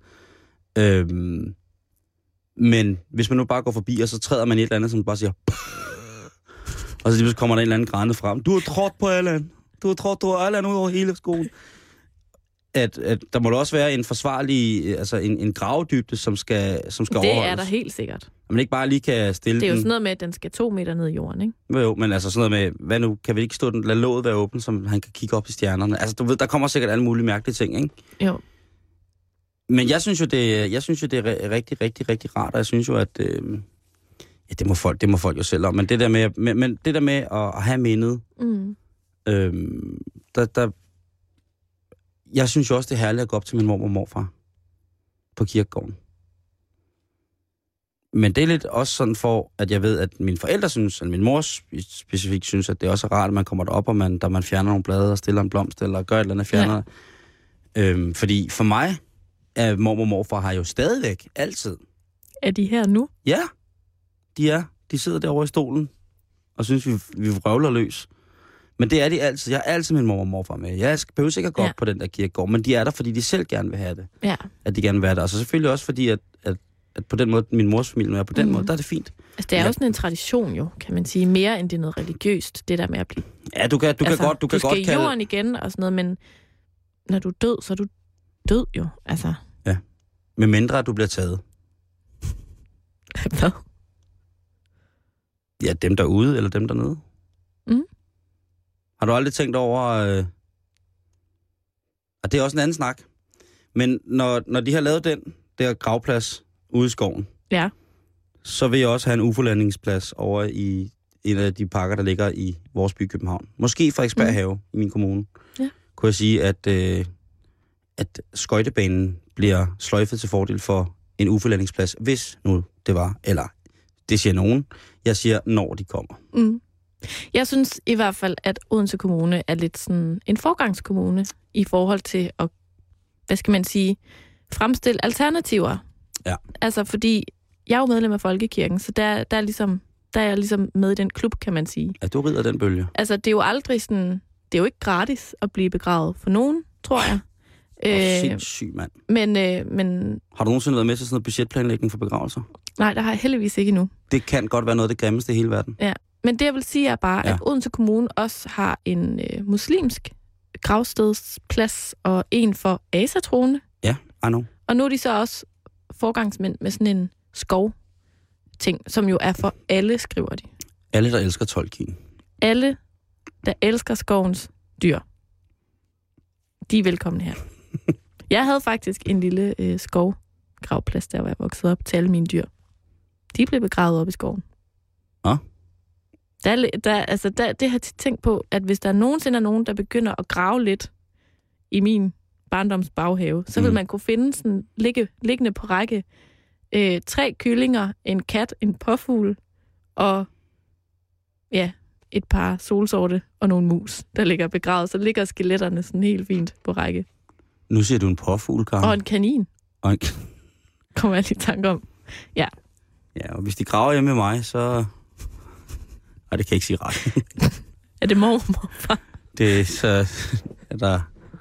Men hvis man nu bare går forbi, og så træder man i et eller andet, som bare siger... Og så kommer der en eller anden grænne frem. Du har trådt på Allan. Du har trådt på Allan ud over hele skolen. At der må da også være en forsvarlig, altså en gravdybde, som skal overholdes. Det er der helt sikkert. Man ikke bare lige kan stille den. Det er jo sådan noget med, at den skal 2 meter ned i jorden, ikke? Jo, men altså sådan noget med, hvad nu, kan vi ikke stå den, lade låget være åben, så han kan kigge op i stjernerne? Altså du ved, der kommer sikkert alle mulige mærkelige ting, ikke? Jo. Men jeg synes jo, det er rigtig, rigtig, rigtig rart, og jeg synes jo, at det må folk jo selv om. Men det der med at have mindet, jeg synes jo også, det er herligt at gå op til min mormor og morfar på kirkegården. Men det er lidt også sådan for, at jeg ved, at mine forældre synes, eller min mor specifikt synes, at det også er rart, at man kommer derop, og man fjerner nogle blade og stiller en blomst, eller gør et eller andet fjerner. Ja. Fordi for mig, er mormor og morfar har jo stadigvæk altid. Er de her nu? Ja, de er. De sidder derovre i stolen, og synes, vi vrøvler løs. Men det er de altid. Jeg har altid min mor og morfar med. Jeg behøver sikkert gå op på den der kirkegård, men de er der, fordi de selv gerne vil have det. Ja. At de gerne vil være der. Og så selvfølgelig også fordi, at på den måde, min mors familie er på den måde, der er det fint. Altså, det er jo sådan en tradition jo, kan man sige. Mere end det er noget religiøst, det der med at blive... Ja, du kan godt Du skal i jorden igen og sådan noget, men når du er død, så er du død jo. Altså... Ja. Med mindre, at du bliver taget. Hvad? Ja, dem derude eller dem dernede. Har du aldrig tænkt over... Og det er også en anden snak. Men når de har lavet den der gravplads ude i skoven, ja, så vil jeg også have en UFO-landingsplads over i en af de parker, der ligger i vores by København. Måske Frederiksberg Have i min kommune. Ja. Kunne jeg sige, at skøjtebanen bliver sløjfet til fordel for en UFO-landingsplads, hvis nu det var, eller det siger nogen. Jeg siger, når de kommer. Jeg synes i hvert fald, at Odense Kommune er lidt sådan en forgangskommune i forhold til at, hvad skal man sige, fremstille alternativer. Ja. Altså fordi, jeg er jo medlem af Folkekirken, så der er jeg ligesom med i den klub, kan man sige. Ja, du rider den bølge. Altså det er jo aldrig sådan, det er jo ikke gratis at blive begravet for nogen, tror jeg. Sindssyg, mand. Men... Har du nogensinde været med til sådan noget budgetplanlægning for begravelser? Nej, der har jeg heldigvis ikke endnu. Det kan godt være noget af det grimmeste i hele verden. Ja, Men det, jeg vil sige, er bare, at Odense Kommune også har en muslimsk gravstedsplads og en for asatroende. Ja, I know. Og nu er de så også forgangsmænd med sådan en skov-ting, som jo er for alle, skriver de. Alle, der elsker Tolkien. Alle, der elsker skovens dyr. De er velkomne her. Jeg havde faktisk en lille skovgravplads, der hvor jeg voksede op til alle mine dyr. De blev begravet op i skoven. Ja. Det har jeg tit tænkt på, at hvis der nogensinde er nogen, der begynder at grave lidt i min barndoms baghave, så vil man kunne finde sådan liggende på række 3 kyllinger, en kat, en påfugl og et par solsorte og nogle mus, der ligger begravet. Så ligger skeletterne sådan helt fint på række. Nu siger du en påfugl, Karen. Og en kanin. Kommer jeg lige i tanke om. Ja. Ja, og hvis de graver hjemme med mig, så... Ej, det kan jeg ikke sige ret. Er det mormor? Det er så... Er der...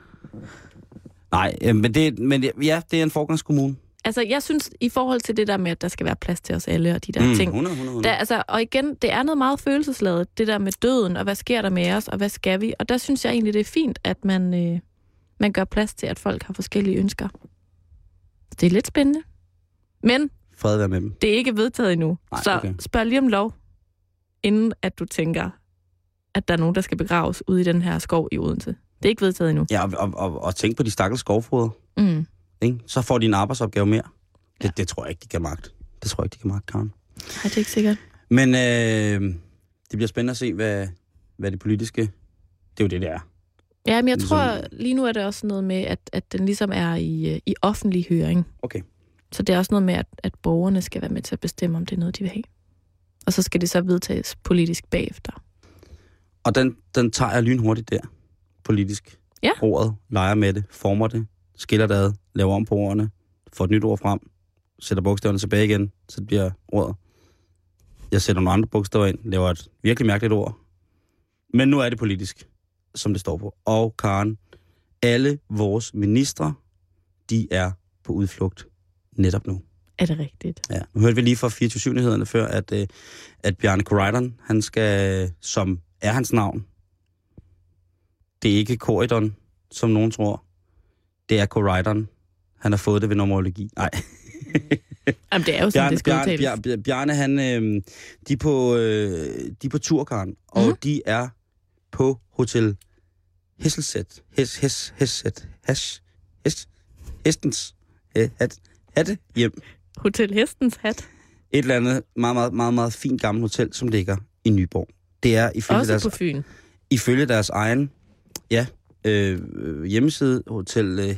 Nej, men det er en forgangskommune. Altså, jeg synes, i forhold til det der med, at der skal være plads til os alle og de der ting. 100. Der, og igen, det er noget meget følelsesladet, det der med døden, og hvad sker der med os, og hvad skal vi? Og der synes jeg egentlig, det er fint, at man gør plads til, at folk har forskellige ønsker. Det er lidt spændende. Men fred være med dem. Det er ikke vedtaget endnu. Nej, så okay. Spørg lige om lov, inden at du tænker, at der er nogen, der skal begraves ude i den her skov i Odense. Det er ikke vedtaget endnu. Ja, og tænk på de stakkels skovfruer. Så får de en arbejdsopgave mere. Det tror jeg ikke, de kan magte. Det tror jeg ikke, de kan magte, Karen. Nej, det er ikke sikkert. Men det bliver spændende at se, hvad det politiske... Det er jo det er. Ja, men jeg tror, lige nu er det også noget med, at den ligesom er i offentlig høring. Okay. Så det er også noget med, at borgerne skal være med til at bestemme, om det er noget, de vil have. Og så skal det så vedtages politisk bagefter. Og den tager jeg lynhurtigt der, politisk. Ja. Ordet, leger med det, former det, skiller det ad, laver om på ordene, får et nyt ord frem, sætter bogstaverne tilbage igen, så det bliver ordet. Jeg sætter nogle andre bogstaver ind, laver et virkelig mærkeligt ord. Men nu er det politisk, som det står på. Og Karen, alle vores ministre, de er på udflugt netop nu. Er det rigtigt? Ja, nu hørte vi lige fra 24/7-nyhederne før, at Bjarne Corydon, han skal, som er hans navn, det er ikke Corydon, som nogen tror. Det er Corydon. Han har fået det ved numerologi. Nej. Jamen, det er jo sådan, det skal udtales. Bjarne, han, de er på tur, Karen, og de er på Hotel Hesselset. Hestens hatte hjem. Hotel Hestens Hat. Et eller andet meget, meget, meget, meget fint gammelt hotel, som ligger i Nyborg. Det er også på Fyn. Ifølge deres egen hjemmeside, Hotel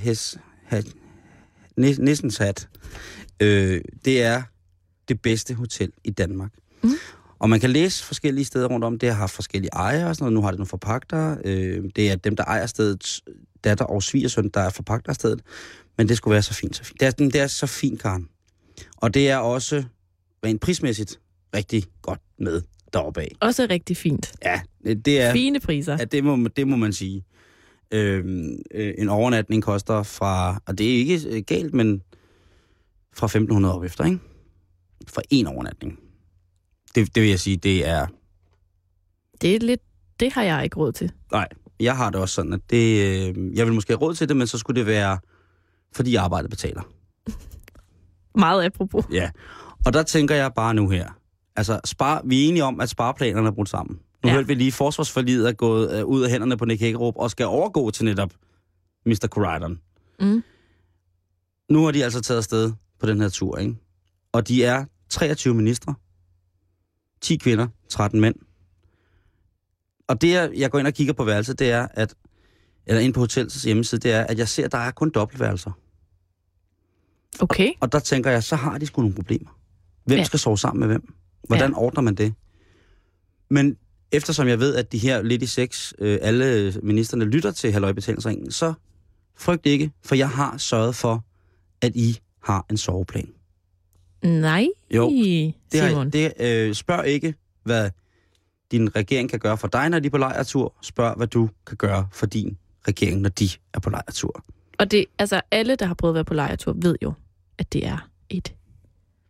Nissens Hat. Det er det bedste hotel i Danmark. Og man kan læse forskellige steder rundt om. Det har haft forskellige ejere og sådan noget. Nu har det nogle forpagtere. Det er dem, der ejer stedet, datter og svigersøn, der er forpagter af stedet. Men det skulle være så fint, så fint. Det er så fint, Karen. Og det er også rent prismæssigt rigtig godt med deroppe af. Også rigtig fint. Ja, det er... Fine priser. Ja, det må man sige. En overnatning koster fra... Og det er ikke galt, men fra 1.500 op efter, ikke? For en overnatning. Det vil jeg sige, det er... Det er lidt... Det har jeg ikke råd til. Nej, jeg har det også sådan, at det... jeg vil måske have råd til det, men så skulle det være, fordi arbejdet betaler. Meget apropos. Ja, og der tænker jeg bare nu her. Altså, vi er enige om, at spareplanerne er brudt sammen. Nu hørte vi lige, forsvarsforliget er gået ud af hænderne på Nick Hækkerup og skal overgå til netop Mr. Corydon. Nu har de altså taget afsted på den her tur, ikke? Og de er 23 ministre, 10 kvinder, 13 mænd. Og det, jeg går ind og kigger på værelset, det er, eller ind på hotellets hjemmeside, det er, at jeg ser, at der er kun dobbeltværelser. Okay. Og der tænker jeg, så har de sgu nogle problemer. Hvem skal sove sammen med hvem? Hvordan ordner man det? Men eftersom jeg ved, at de her lidt i sex, alle ministerne lytter til halløjbetalingsringen, så frygt ikke, for jeg har sørget for, at I har en soveplan. Nej, jo, Simon. Spørg ikke, hvad din regering kan gøre for dig, når de er på lejretur. Spørg, hvad du kan gøre for din regering, når de er på lejretur. Og det, altså alle, der har prøvet at være på lejretur, ved jo, at det er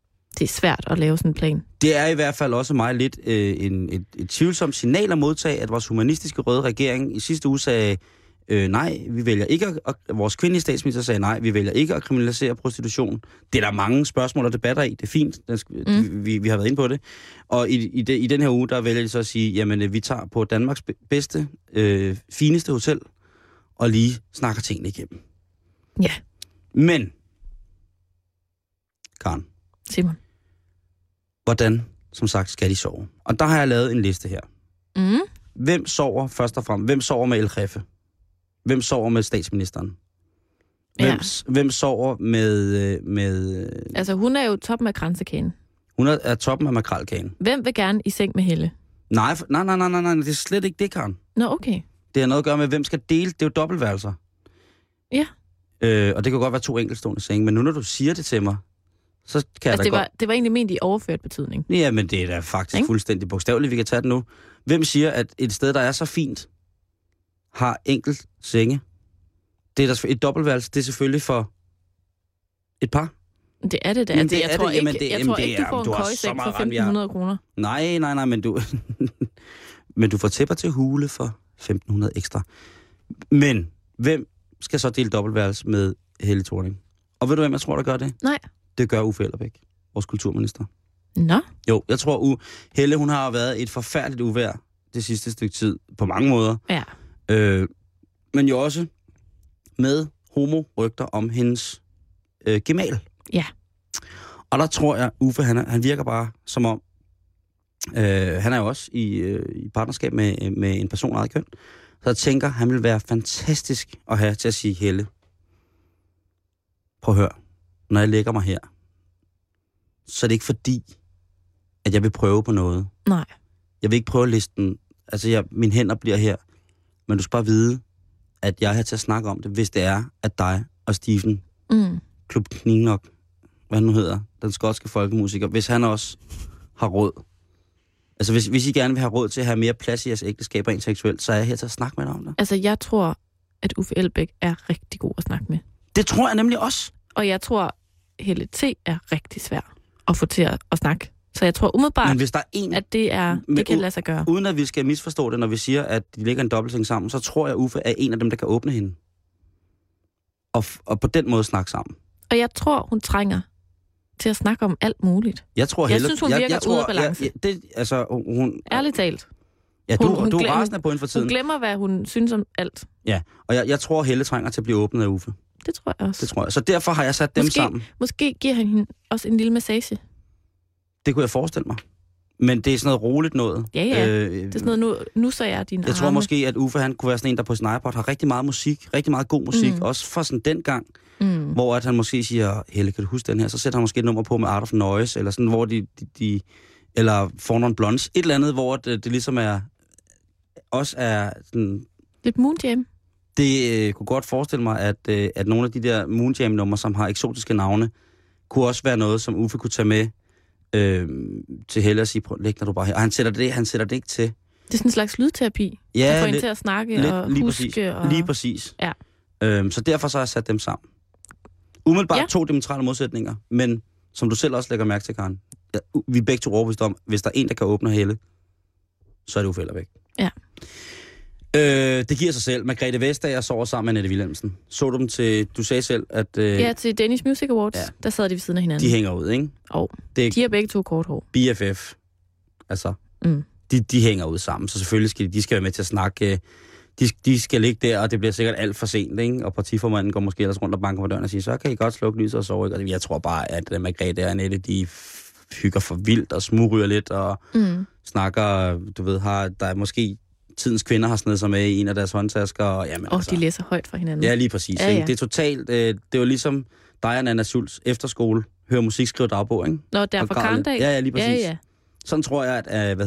det er svært at lave sådan en plan. Det er i hvert fald også meget lidt et tvivlsomt signal at modtage, at vores humanistiske røde regering i sidste uge sagde, nej, vi vælger ikke vores kvindelige statsminister sagde nej, vi vælger ikke at kriminalisere prostitution. Det er der mange spørgsmål og debatter i, det er fint, vi har været inde på det. Og i den her uge, der vælger de så at sige, jamen vi tager på Danmarks bedste, fineste hotel, og lige snakker tingene igennem. Ja. Men, Karen. Simon. Hvordan, som sagt, skal de sove? Og der har jeg lavet en liste her. Mm. Hvem sover først og fremmest? Hvem sover med El Jefe? Hvem sover med statsministeren? Hvem sover med... Altså, hun er jo toppen af kransekagen. Hun er toppen af makrelkagen. Hvem vil gerne i seng med Helle? Nej, det er slet ikke det, Karen. Nå, okay. Det har noget at gøre med, hvem skal dele. Det er jo dobbeltværelser. Ja. Og det kan godt være 2 enkeltstående senge, men nu når du siger det til mig, så kan jeg da godt... Det var egentlig ment i overført betydning. Ja, men det er da faktisk fuldstændig bogstaveligt, vi kan tage det nu. Hvem siger, at et sted, der er så fint, har enkelt senge? Det er der et dobbeltværelse, det er selvfølgelig for et par. Det er det da. Men jeg tror ikke, du får en køjeseng for 1.500 kroner. Nej, men du... men du får tæpper til hule for 1.500 ekstra. Men hvem skal så dele dobbeltværelse med Helle Thorning? Og ved du, hvem jeg tror, der gør det? Nej. Det gør Uffe Elbæk, vores kulturminister. Nå? Jo, jeg tror, Helle, hun har været et forfærdeligt uvejr det sidste stykke tid, på mange måder. Ja. Men jo også med homo-rygter om hendes gemal. Ja. Og der tror jeg, Uffe, han virker bare som om, han er jo også i partnerskab med en person af eget køn, så jeg tænker, han vil være fantastisk at have til at sige, Helle, prøv at høre, når jeg lægger mig her, så er det ikke fordi, at jeg vil prøve på noget. Nej. Jeg vil ikke prøve listen. Altså, mine hænder bliver her. Men du skal bare vide, at jeg er her til at snakke om det, hvis det er, at dig og Stephen, Klub Kninok, hvad han nu hedder, den skotske folkemusiker, hvis han også har råd. Altså, hvis I gerne vil have råd til at have mere plads i jeres ægteskab rent seksuelt, så er jeg her til at snakke med dig om det. Altså, jeg tror, at Uffe Elbæk er rigtig god at snakke med. Det tror jeg nemlig også. Og jeg tror, Helle T. er rigtig svær at få til at snakke. Så jeg tror umiddelbart, men hvis der er at det kan lade sig gøre. Uden at vi skal misforstå det, når vi siger, at de ligger en dobbeltseng sammen, så tror jeg, Uffe er en af dem, der kan åbne hende. Og på den måde snakke sammen. Og jeg tror, hun trænger til at snakke om alt muligt. Jeg synes, hun virker ude af balance. Hun... Ærligt talt. Ja, du er rasende på hende for tiden. Hun glemmer, hvad hun synes om alt. Ja, og jeg tror, Helle trænger til at blive åbnet af Uffe. Det tror jeg også. Det tror jeg. Så derfor har jeg sat dem sammen. Måske giver han hende også en lille massage. Det kunne jeg forestille mig. Men det er sådan noget roligt noget. Ja. Det er sådan noget, nu så jeg dine Jeg tror måske, at Uffe han kunne være sådan en, der på sin iPod har rigtig meget musik. Rigtig meget god musik. Også fra sådan den gang. Hvor at han måske siger, Helle, kan du huske den her? Så sætter han måske et nummer på med Art of Noise. Eller sådan, hvor de eller Four Non Blondes. Et eller andet, hvor det ligesom er... Også er sådan... Lidt Moonjam. Det kunne godt forestille mig, at nogle af de der Moonjam-numre, som har eksotiske navne, kunne også være noget, som Uffe kunne tage med til Helle og sige, læg dig du bare her. Og han sætter det ikke til. Det er sådan en slags lydterapi, der får en til at snakke og huske. Præcis. Og... Lige præcis. Ja. Så derfor så har jeg sat dem sammen. Umiddelbart 2 diametrale modsætninger, men som du selv også lægger mærke til, Karen, vi er begge to overbevist om, hvis der er en, der kan åbne Helle, så er det Uffe Elbæk. Ja. Det giver sig selv. Margrethe Vestager sover sammen med Annette Wilhelmsen. Så du dem til, du sagde selv, at... ja, til Danish Music Awards, der sad de ved siden af hinanden. De hænger ud, ikke? Og de har begge to kort hår. BFF. Altså, de hænger ud sammen, så selvfølgelig skal de skal være med til at snakke. De skal ligge der, og det bliver sikkert alt for sent, ikke? Og partiformanden går måske ellers rundt og banker på døren og siger, så kan I godt slukke lyset og sove, ikke? Og jeg tror bare, at Margrethe og Annette, de hygger for vildt og smugryger lidt og snakker, du ved, der er måske... Tidens kvinder har snedet sig med i en af deres håndtasker. Og de læser højt fra hinanden. Ja, lige præcis. Ja. Det er totalt... det var ligesom dig og Nana Schultz efterskole. Hører musik, skriver dagbog, ikke? Nå, der fra Karndag. Ja, lige præcis. Ja. Sådan tror jeg,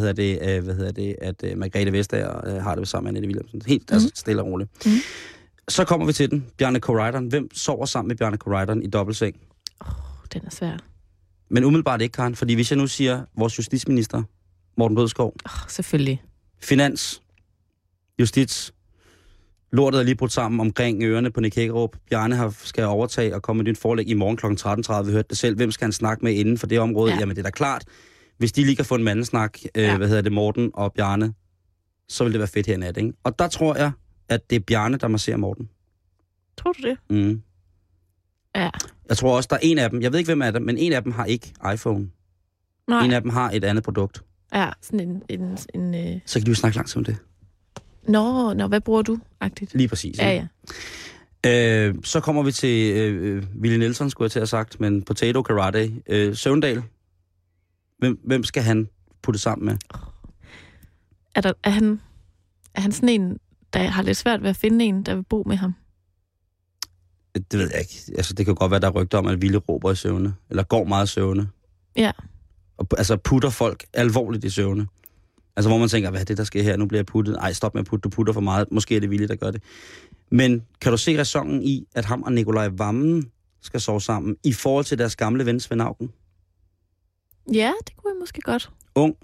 at Margrethe Vestager har det sammen med Annette Wilhelmsen. Helt stille og roligt. Så kommer vi til den. Bjarne Corydon. Hvem sover sammen med Bjarne Corydon i dobbeltseng? Den er svær. Men umiddelbart ikke, Karen. Fordi hvis jeg nu siger vores justitsminister, Morten Bødskov. Selvfølgelig. Finans. Justits, Lortet er lige brudt sammen omkring ørerne på Nick Hækkerup. Bjarne skal overtage og komme med et nyt forelæg i morgen kl. 13.30. Vi hørte det selv. Hvem skal han snakke med inden for det område? Ja. Jamen, det er da klart. Hvis de lige kan få en mandesnak, Morten og Bjarne, så vil det være fedt her i nat, ikke? Og der tror jeg, at det er Bjarne, der masserer Morten. Tror du det? Mm. Ja. Jeg tror også, der er en af dem. Jeg ved ikke, hvem er det, men en af dem har ikke iPhone. Nej. En af dem har et andet produkt. Ja, sådan en Så kan du jo snakke langsomt om det. Nå, hvad bruger du? Agtigt? Lige præcis. Ja. Så kommer vi til Willy Nelson, skulle jeg til at have sagt, men Potato Karate. Søvndal. Hvem skal han putte sammen med? Er han sådan en, der har lidt svært ved at finde en, der vil bo med ham? Det ved jeg ikke. Altså, det kan godt være, der er rygter om, at Willy råber i søvne. Eller går meget i søvne. Ja. Og, altså putter folk alvorligt i søvne. Altså hvor man tænker, hvad er det, der sker her? Nu bliver jeg puttet. Ej, stop med at putte. Du putter for meget. Måske er det Willy, der gør det. Men kan du se ræsonen i, at ham og Nikolaj Wammen skal sove sammen i forhold til deres gamle ven Svend Auken? Ja, det kunne jeg måske godt. Ung.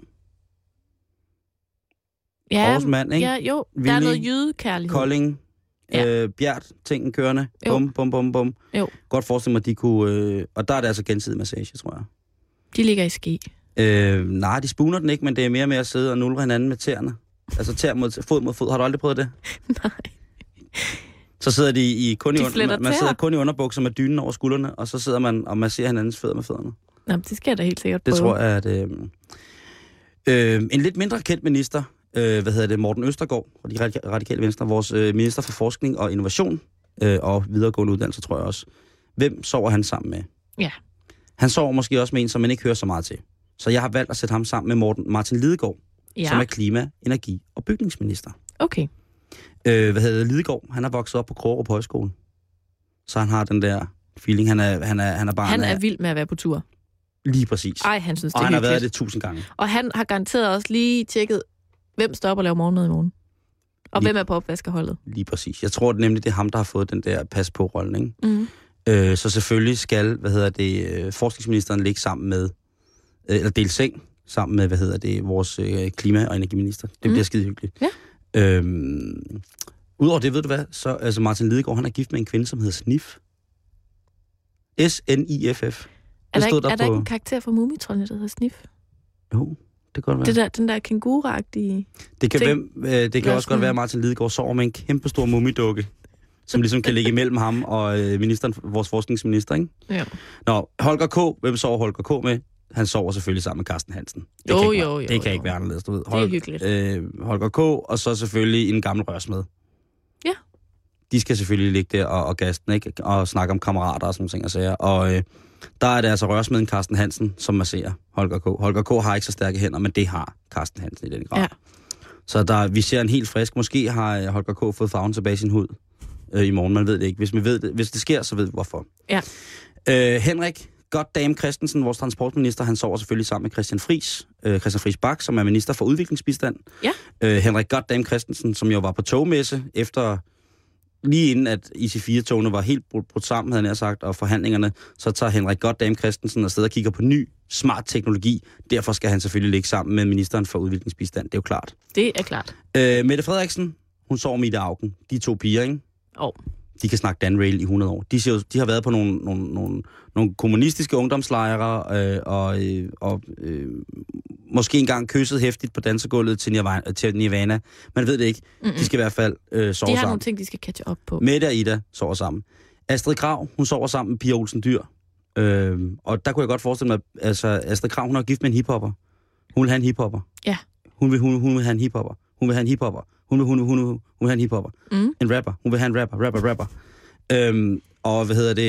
Ja, Aarhus mand, ikke? Ja, jo. Willy, der er noget jydekærlighed. Kolding. Ja. Bjert, tingen kørende. Bum. Jo. Godt forestille mig, at de kunne... og der er det altså gensidig massage, tror jeg. De ligger i ski. Nej, de spuner den ikke, men det er mere med at sidde og nulle hinanden med tæerne. Altså tæer fod mod fod. Har du aldrig prøvet det? Nej. Så sidder de kun man sidder kun i underbukser med dynen over skuldrene, og så sidder man og masserer hinandens fødder med fødderne. Nå, det skal jeg da helt sikkert prøve. Det tror jeg, at... en lidt mindre kendt minister, Morten Østergaard, fra de radikale venstre, vores minister for forskning og innovation, og videregående uddannelse, tror jeg også. Hvem sover han sammen med? Ja. Han sover måske også med en, som man ikke hører så meget til. Så jeg har valgt at sætte ham sammen med Martin Lidegaard, som er klima-, energi- og bygningsminister. Okay. Lidegaard, han er vokset op på Krogerup Højskole. Så han har den der feeling, han er bare... Han er vild med at være på tur. Lige præcis. Ej, han synes, det er og han hyggeligt. har været det 1000 gange. Og han har garanteret også lige tjekket, hvem stopper og laver morgenmad i morgen. Og hvem er på opvaskerholdet. Lige præcis. Jeg tror nemlig, det er ham, der har fået den der pas på rollen, ikke? Mm. Så selvfølgelig skal, forskningsministeren ligge sammen med, eller dele seng sammen med, vores klima- og energiminister. Det bliver skide hyggeligt. Ja. Udover det, ved du hvad, så altså Martin Lidegaard, han er gift med en kvinde, som hedder Snif. S-N-I-F-F. Er der ikke en karakter fra Mumitrollene, der hedder Snif? Jo, det kan godt være. Den der kænguru-agtige det kan også godt være, at Martin Lidegaard sover med en kæmpe stor mumidukke, som ligesom kan ligge imellem ham og ministeren, vores forskningsminister, ikke? Ja. Nå, Holger K. Hvem sover Holger K. med? Han sover selvfølgelig sammen med Carsten Hansen. Det kan ikke være anderledes, du ved. Det er hyggeligt. Holger K. Og så selvfølgelig en gammel rørsmed. Ja. De skal selvfølgelig ligge der og gaste den, ikke? Og snakke om kammerater og sådan ting og sager. Og der er det altså rørsmeden Carsten Hansen, som masserer Holger K. Holger K. har ikke så stærke hænder, men det har Carsten Hansen i den grad. Ja. Så vi ser en helt frisk. Måske har Holger K. fået farven tilbage i sin hud i morgen. Man ved det ikke. Hvis det sker, så ved vi hvorfor. Ja. Henrik Goddam Christensen, vores transportminister, han sover selvfølgelig sammen med Christian Friis Bak, som er minister for udviklingsbistand. Ja. Henrik Goddam Christensen, som jo var på togmesse efter... Lige inden at IC4-togene var helt brudt sammen, havde jeg sagt, og forhandlingerne, så tager Henrik Goddam Christensen afsted og kigger på ny, smart teknologi. Derfor skal han selvfølgelig ligge sammen med ministeren for udviklingsbistand. Det er jo klart. Det er klart. Mette Frederiksen, hun sover med Ida Auken. De to piger, ikke? De kan snakke danrail i 100 år. De har været på nogle kommunistiske ungdomslejre og måske engang kysset hæftigt på dansegulvet til Nirvana. Man ved det ikke. Mm-mm. De skal i hvert fald sove sammen. De har nogle ting, de skal catche op på. Mette og Ida sover sammen. Astrid Krag, hun sover sammen med Pia Olsen Dyr. Og der kunne jeg godt forestille mig, altså Astrid Krag, hun er gift med en hiphopper. Hun vil have en hiphopper. Ja. Hun vil have en hiphopper. Hun vil have en hiphopper. Hun vil have en hiphopper. Mm. En rapper. Hun vil have en rapper. Og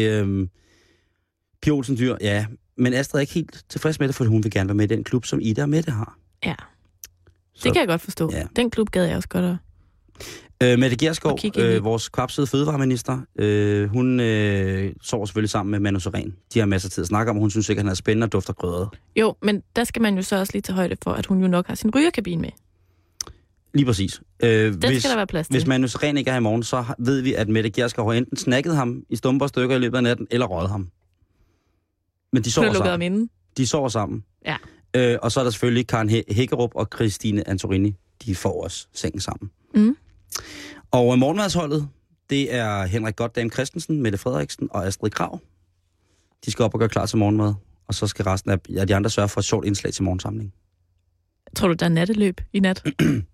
Pia Olsen Dyr, ja. Men Astrid er ikke helt tilfreds med det, for hun vil gerne være med i den klub, som Ida og Mette har. Ja. Det kan jeg godt forstå. Ja. Den klub gad jeg også godt at... Mette Gjerskov, vores kvapsede fødevareminister, hun sover selvfølgelig sammen med Manu Seren. De har masser af tid at snakke om, og hun synes ikke, at han er spændende og dufter grødet. Jo, men der skal man jo så også lige tage højde for, at hun jo nok har sin rygerkabine med. Lige præcis. Den skal der være plads til. Hvis Manu Seren ikke er her i morgen, så ved vi, at Mette Gjerskov har enten snakket ham i stumper stykker i løbet af natten, eller røget ham. Men de sover sammen. De sover sammen. Ja. Og så er der selvfølgelig Karen Hækkerup og Christine Antorini. De får også sengen sammen. Mm. Og morgenmadsholdet, det er Henrik Goddam Christensen, Mette Frederiksen og Astrid Krag. De skal op og gøre klar til morgenmad, og så skal resten af de andre sørge for et sjovt indslag til morgensamling. Tror du, der er natteløb i nat?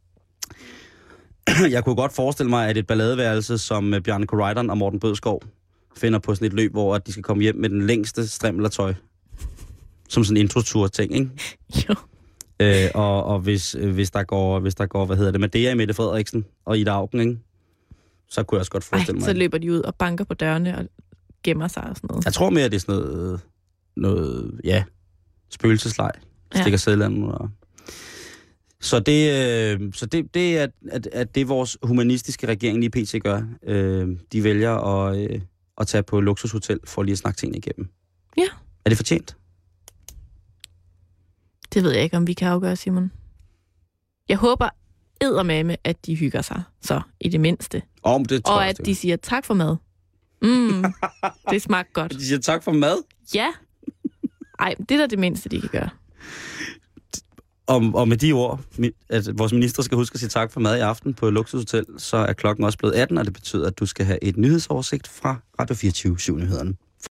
Jeg kunne godt forestille mig, at et balladeværelse, som Bjarne Corydon og Morten Bødskov finder på sådan et løb, hvor de skal komme hjem med den længste strimlertøj. Som sådan en introtur-ting, ikke? Jo. Og hvis der går, hvad hedder det, Medea i Mette Frederiksen og Ida Auken, ikke? Så kunne jeg også godt forestille mig. Så løber de ud og banker på dørene og gemmer sig og sådan noget. Jeg tror mere, at det er sådan noget spøgelsesleg. Stikker sædlanden og... Så det er, at det vores humanistiske regering lige pt. gør. De vælger at tage på luksushotel for lige at snakke tingene igennem. Ja. Er det fortjent? Det ved jeg ikke, om vi kan afgøre, Simon. Jeg håber eddermame, at de hygger sig, så i det mindste. Det tror og at de siger tak for mad. Det smagte godt. De siger tak for mad? Ja. Ej, det er da det mindste, de kan gøre. Og med de ord, at vores minister skal huske at sige tak for mad i aften på Luksushotel, så er klokken også blevet 18, og det betyder, at du skal have et nyhedsoversigt fra Radio 24 7-nyhederne.